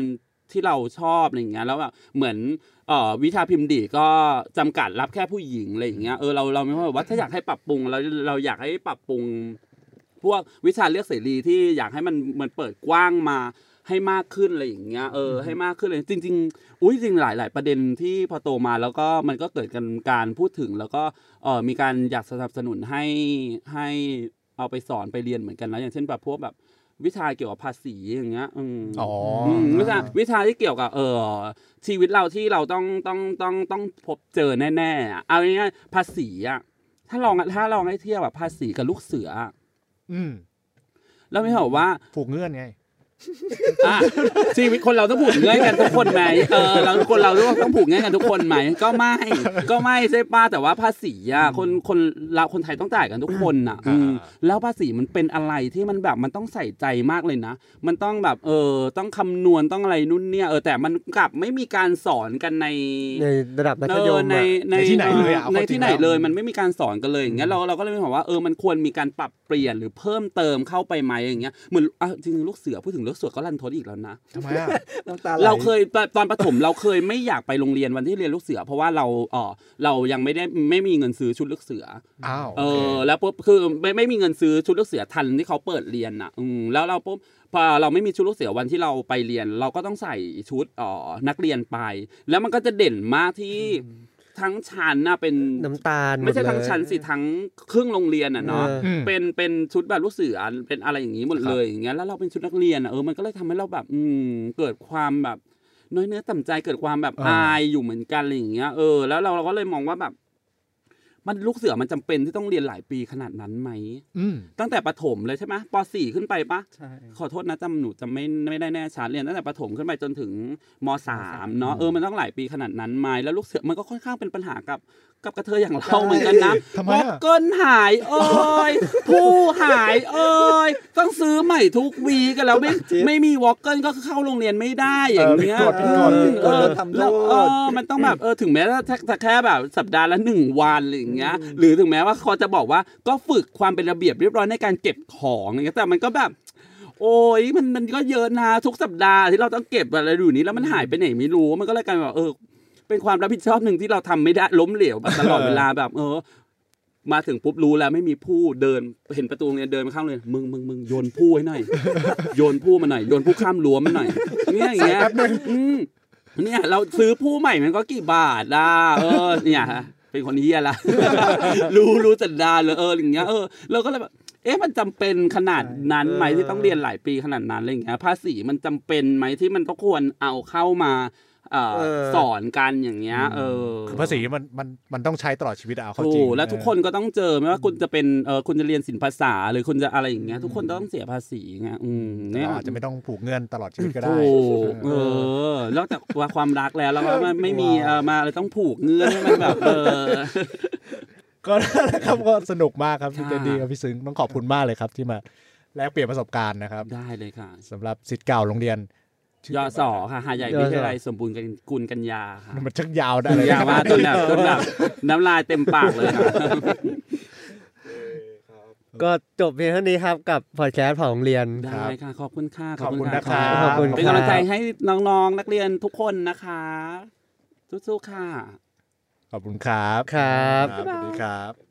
ที่เราชอบอะไรอย่างเงี้ยแล้วแบบเหมือนเอ่อวิชาพิมพ์ดีก็จำกัดรับแค่ผู้หญิงอะไรอย่างเงี้ยเออเราเราไม่ว่าว่าถ้าอยากให้ปรับปรุงเราเราอยากให้ปรับปรุงพวกวิชาเลือกเสรีที่อยากให้มันมันเปิดกว้างมาให้มากขึ้นอะไรอย่างเงี้ยเออให้มากขึ้นเลยจริงๆอุ้ยจริงหลายๆประเด็นที่พอโตมาแล้วก็มันก็เกิดกันการพูดถึงแล้วก็เออมีการอยากสนับสนุนให้ให้เอาไปสอนไปเรียนเหมือนกันนะอย่างเช่นแบบพวกแบบวิชาเกี่ยวกับภาษีอย่างเงี้ยอืมอ๋ออืมวิชาวิชาที่เกี่ยวกับเออชีวิตเราที่เราต้องต้องต้องต้องพบเจอแน่ๆอะเอาง่ายๆภาษีอ่ะถ้าลองถ้าลองให้เทียบแบบภาษีกับลูกเสืออืมแล้วไม่บอกว่าผูกเงื่อนไงอ่ะชีวิตคนเราต้องผูกเงื่อนกันทุกคนไหมเออเราคนเราต้องผูกเงื่อนกันทุกคนไหมก็ไม่ก็ไม่ใช่ป้าแต่ว่าภาษีอ่ะคนคนเราคนไทยต้องจ่ายกันทุกคนอ่ะอืมแล้วภาษีมันเป็นอะไรที่มันแบบมันต้องใส่ใจมากเลยนะมันต้องแบบเออต้องคำนวณต้องอะไรนู่นเนี่ยเออแต่มันกลับไม่มีการสอนกันในในระดับมัธยมในอะในในที่ไหนเลยอะเอาในเข้าจริงที่ไหนแล้วเลยมันไม่มีการสอนกันเลยอย่างเงี้ยเราเราก็เลยบอกว่าเออมันควรมีการปรับเปลี่ยนหรือเพิ่มเติมเข้าไปไหมอย่างเงี้ยเหมือนอ่ะจริงๆลูกเสือพูดถึงลูกเสือก็รันทดอีกแล้วนะทำไมอ่ะน้ำตาไหลเราเคยตอนประถมเราเคยไม่อยากไปโรงเรียนวันที่เรียนลูกเสือเพราะว่าเราเออเรายังไม่ได้ไม่มีเงินซื้อชุดลูกเสืออ้าวเอโอเคอแล้วปุ๊บคือไม่ไม่มีเงินซื้อชุดลูกเสือทันที่เขาเปิดเรียนอ่ะอืมแล้วเราปุ๊บพอเราไม่มีชุดลูกเสือวันที่เราไปเรียน เราก็ต้องใส่ชุดเอ่อนักเรียนไป แล้วมันก็จะเด่นมากที่ทั้งชั้นน่ะเป็นน้ำตาลหดไม่ใช่ทั้งเลยชั้นสิทั้งครึ่งโรงเรียนอ่ะเนาะเอออืมเป็นเป็นชุดแบบลูกเสือเป็นอะไรอย่างนี้หมดเลยอย่างเงี้ยแล้วเราเป็นชุดนักเรียนอ่ะเออมันก็เลยทำให้เราแบบอืมเกิดความแบบน้อยเนื้อต่ำใจเกิดความแบบอ่าอายอยู่เหมือนกันอะไรอย่างเงี้ยเออแล้วเราเราก็เลยมองว่าแบบ มันลูกเสือมันจำเป็นที่ต้องเรียนหลายปีขนาดนั้นไหมอืมตั้งแต่ประถมเลยใช่ไหมป .สี่ ขึ้นไปปะใช่ขอโทษนะจำหนูจำไม่ไม่ได้แน่ชัดเรียนตั้งแต่ประถมขึ้นไปจนถึงม .สาม เนาะเออมันต้องหลายปีขนาดนั้นไหมแล้วลูกเสือมันก็ค่อนข้างเป็นปัญหากับกับกระเทยอย่างเราเหมือนกันนะทำไมวออะกเกิลหายเอ้ยผู้หายเอ้ยต้องซื้อใหม่ทุกวีกันแล้วไม่ไม่มีวอลเกิลก็เข้าโรงเรียนไม่ได้อย่างเงี้ยเออผิดกฎผิดกฎเออทำโทษแล้วเออมันต้องแบบเออถึงแม้ว่าถ้าแค่แบบสัปดาห์ละหนึ่งวันอะไรอย่างเงี้ยหรือถึงแม้ว่าเขาจะบอกว่าก็ฝึกความเป็นระเบียบเรียบร้อยในการเก็บของอย่างเงี้ยแต่มันก็แบบ โอ้ยมันมันก็เยอะนะทุกสัปดาห์ที่เราต้องเก็บอะไรอยู่นี้แล้วมันหายไปไหนไม่รู้มันก็เลยกลายเป็นแบบเออเป็นความรับผิดชอบหนึ่งที่เราทำไม่ได้ล้มเหลวตลอดเวลาแบบเออมาถึงปุ๊บรู้แล้วไม่มีผู้เดินเห็นประตูเนี่ยเดินมาข้างเลยมึงมึงมึงโยนผู้ให้หน่อยโยนผู้มาหน่อยโยนผู้ข้ามรั้วมาหน่อยเนี่ยอย่างเงี้ยอืมเนี่ยเราซื้อผู้ใหม่มันก็กี่บาทอ่ะเออเนี่ยเป็นคนเหี้ยละ รู้รู้จัดดาเลยเอออย่างเงี้ยเออเราก็เลยแบบเอ๊ะมันจำเป็นขนาดนั้นไหมที่ต้องเรียนหลายปีขนาดนั้นอะไรอย่างเงี้ยภาษีมันจำเป็นไหมที่มันต้องควรเอาเข้ามาเอ่อเออสอนกันอย่างเงี้ยเออคือภาษีมันมันมันต้องใช้ตลอดชีวิตเอาเข้าจริถูงกแล้วทุกคนก็ต้องเจอไม่ว่าคุณจะเป็นเออคุณจะเรียนศิลปภาษาหรือคุณจะอะไรอย่างเงี้ยทุกคนต้องเสียภาษีไงอืมเออเนี่ยเราอาจจะไม่ต้องผูกเงื่อนตลอดชีวิตก็ได้ถูกเออแล้วแต่ว่าความรักแล้วแล้วก็ไม่ไม่มีเออมาอะไรต้องผูกเงื่อนให้มันแบบเออก็นั่นแหละครับก็สนุกมากครับพี่ค่ะเจนดี้กับพี่ซึ้งต้องขอบคุณมากเลยครับที่มาแลกเปลี่ยนประสบการณ์นะครับได้เลยค่ะสำหรับศิษย์เก่าโรงเรียนยอสอค่ะหาดใหญ่วิทยาลัยสมบูรณ์กันกุลกัญญาค่ะมันชักยาวได้เลยยาวมากจนแบบจนแบบน้ำลายเต็มปากเลยค่ะก็จบเพียงเท่านี้ครับกับพอดแคสต์ของโรงเรียนได้ค่ะขอบคุณค่ะขอบคุณนะครับขอบคุณเป็นกำลังใจให้น้องๆนักเรียนทุกคนนะคะสู้ๆค่ะขอบคุณครับครับสวัสดีครับ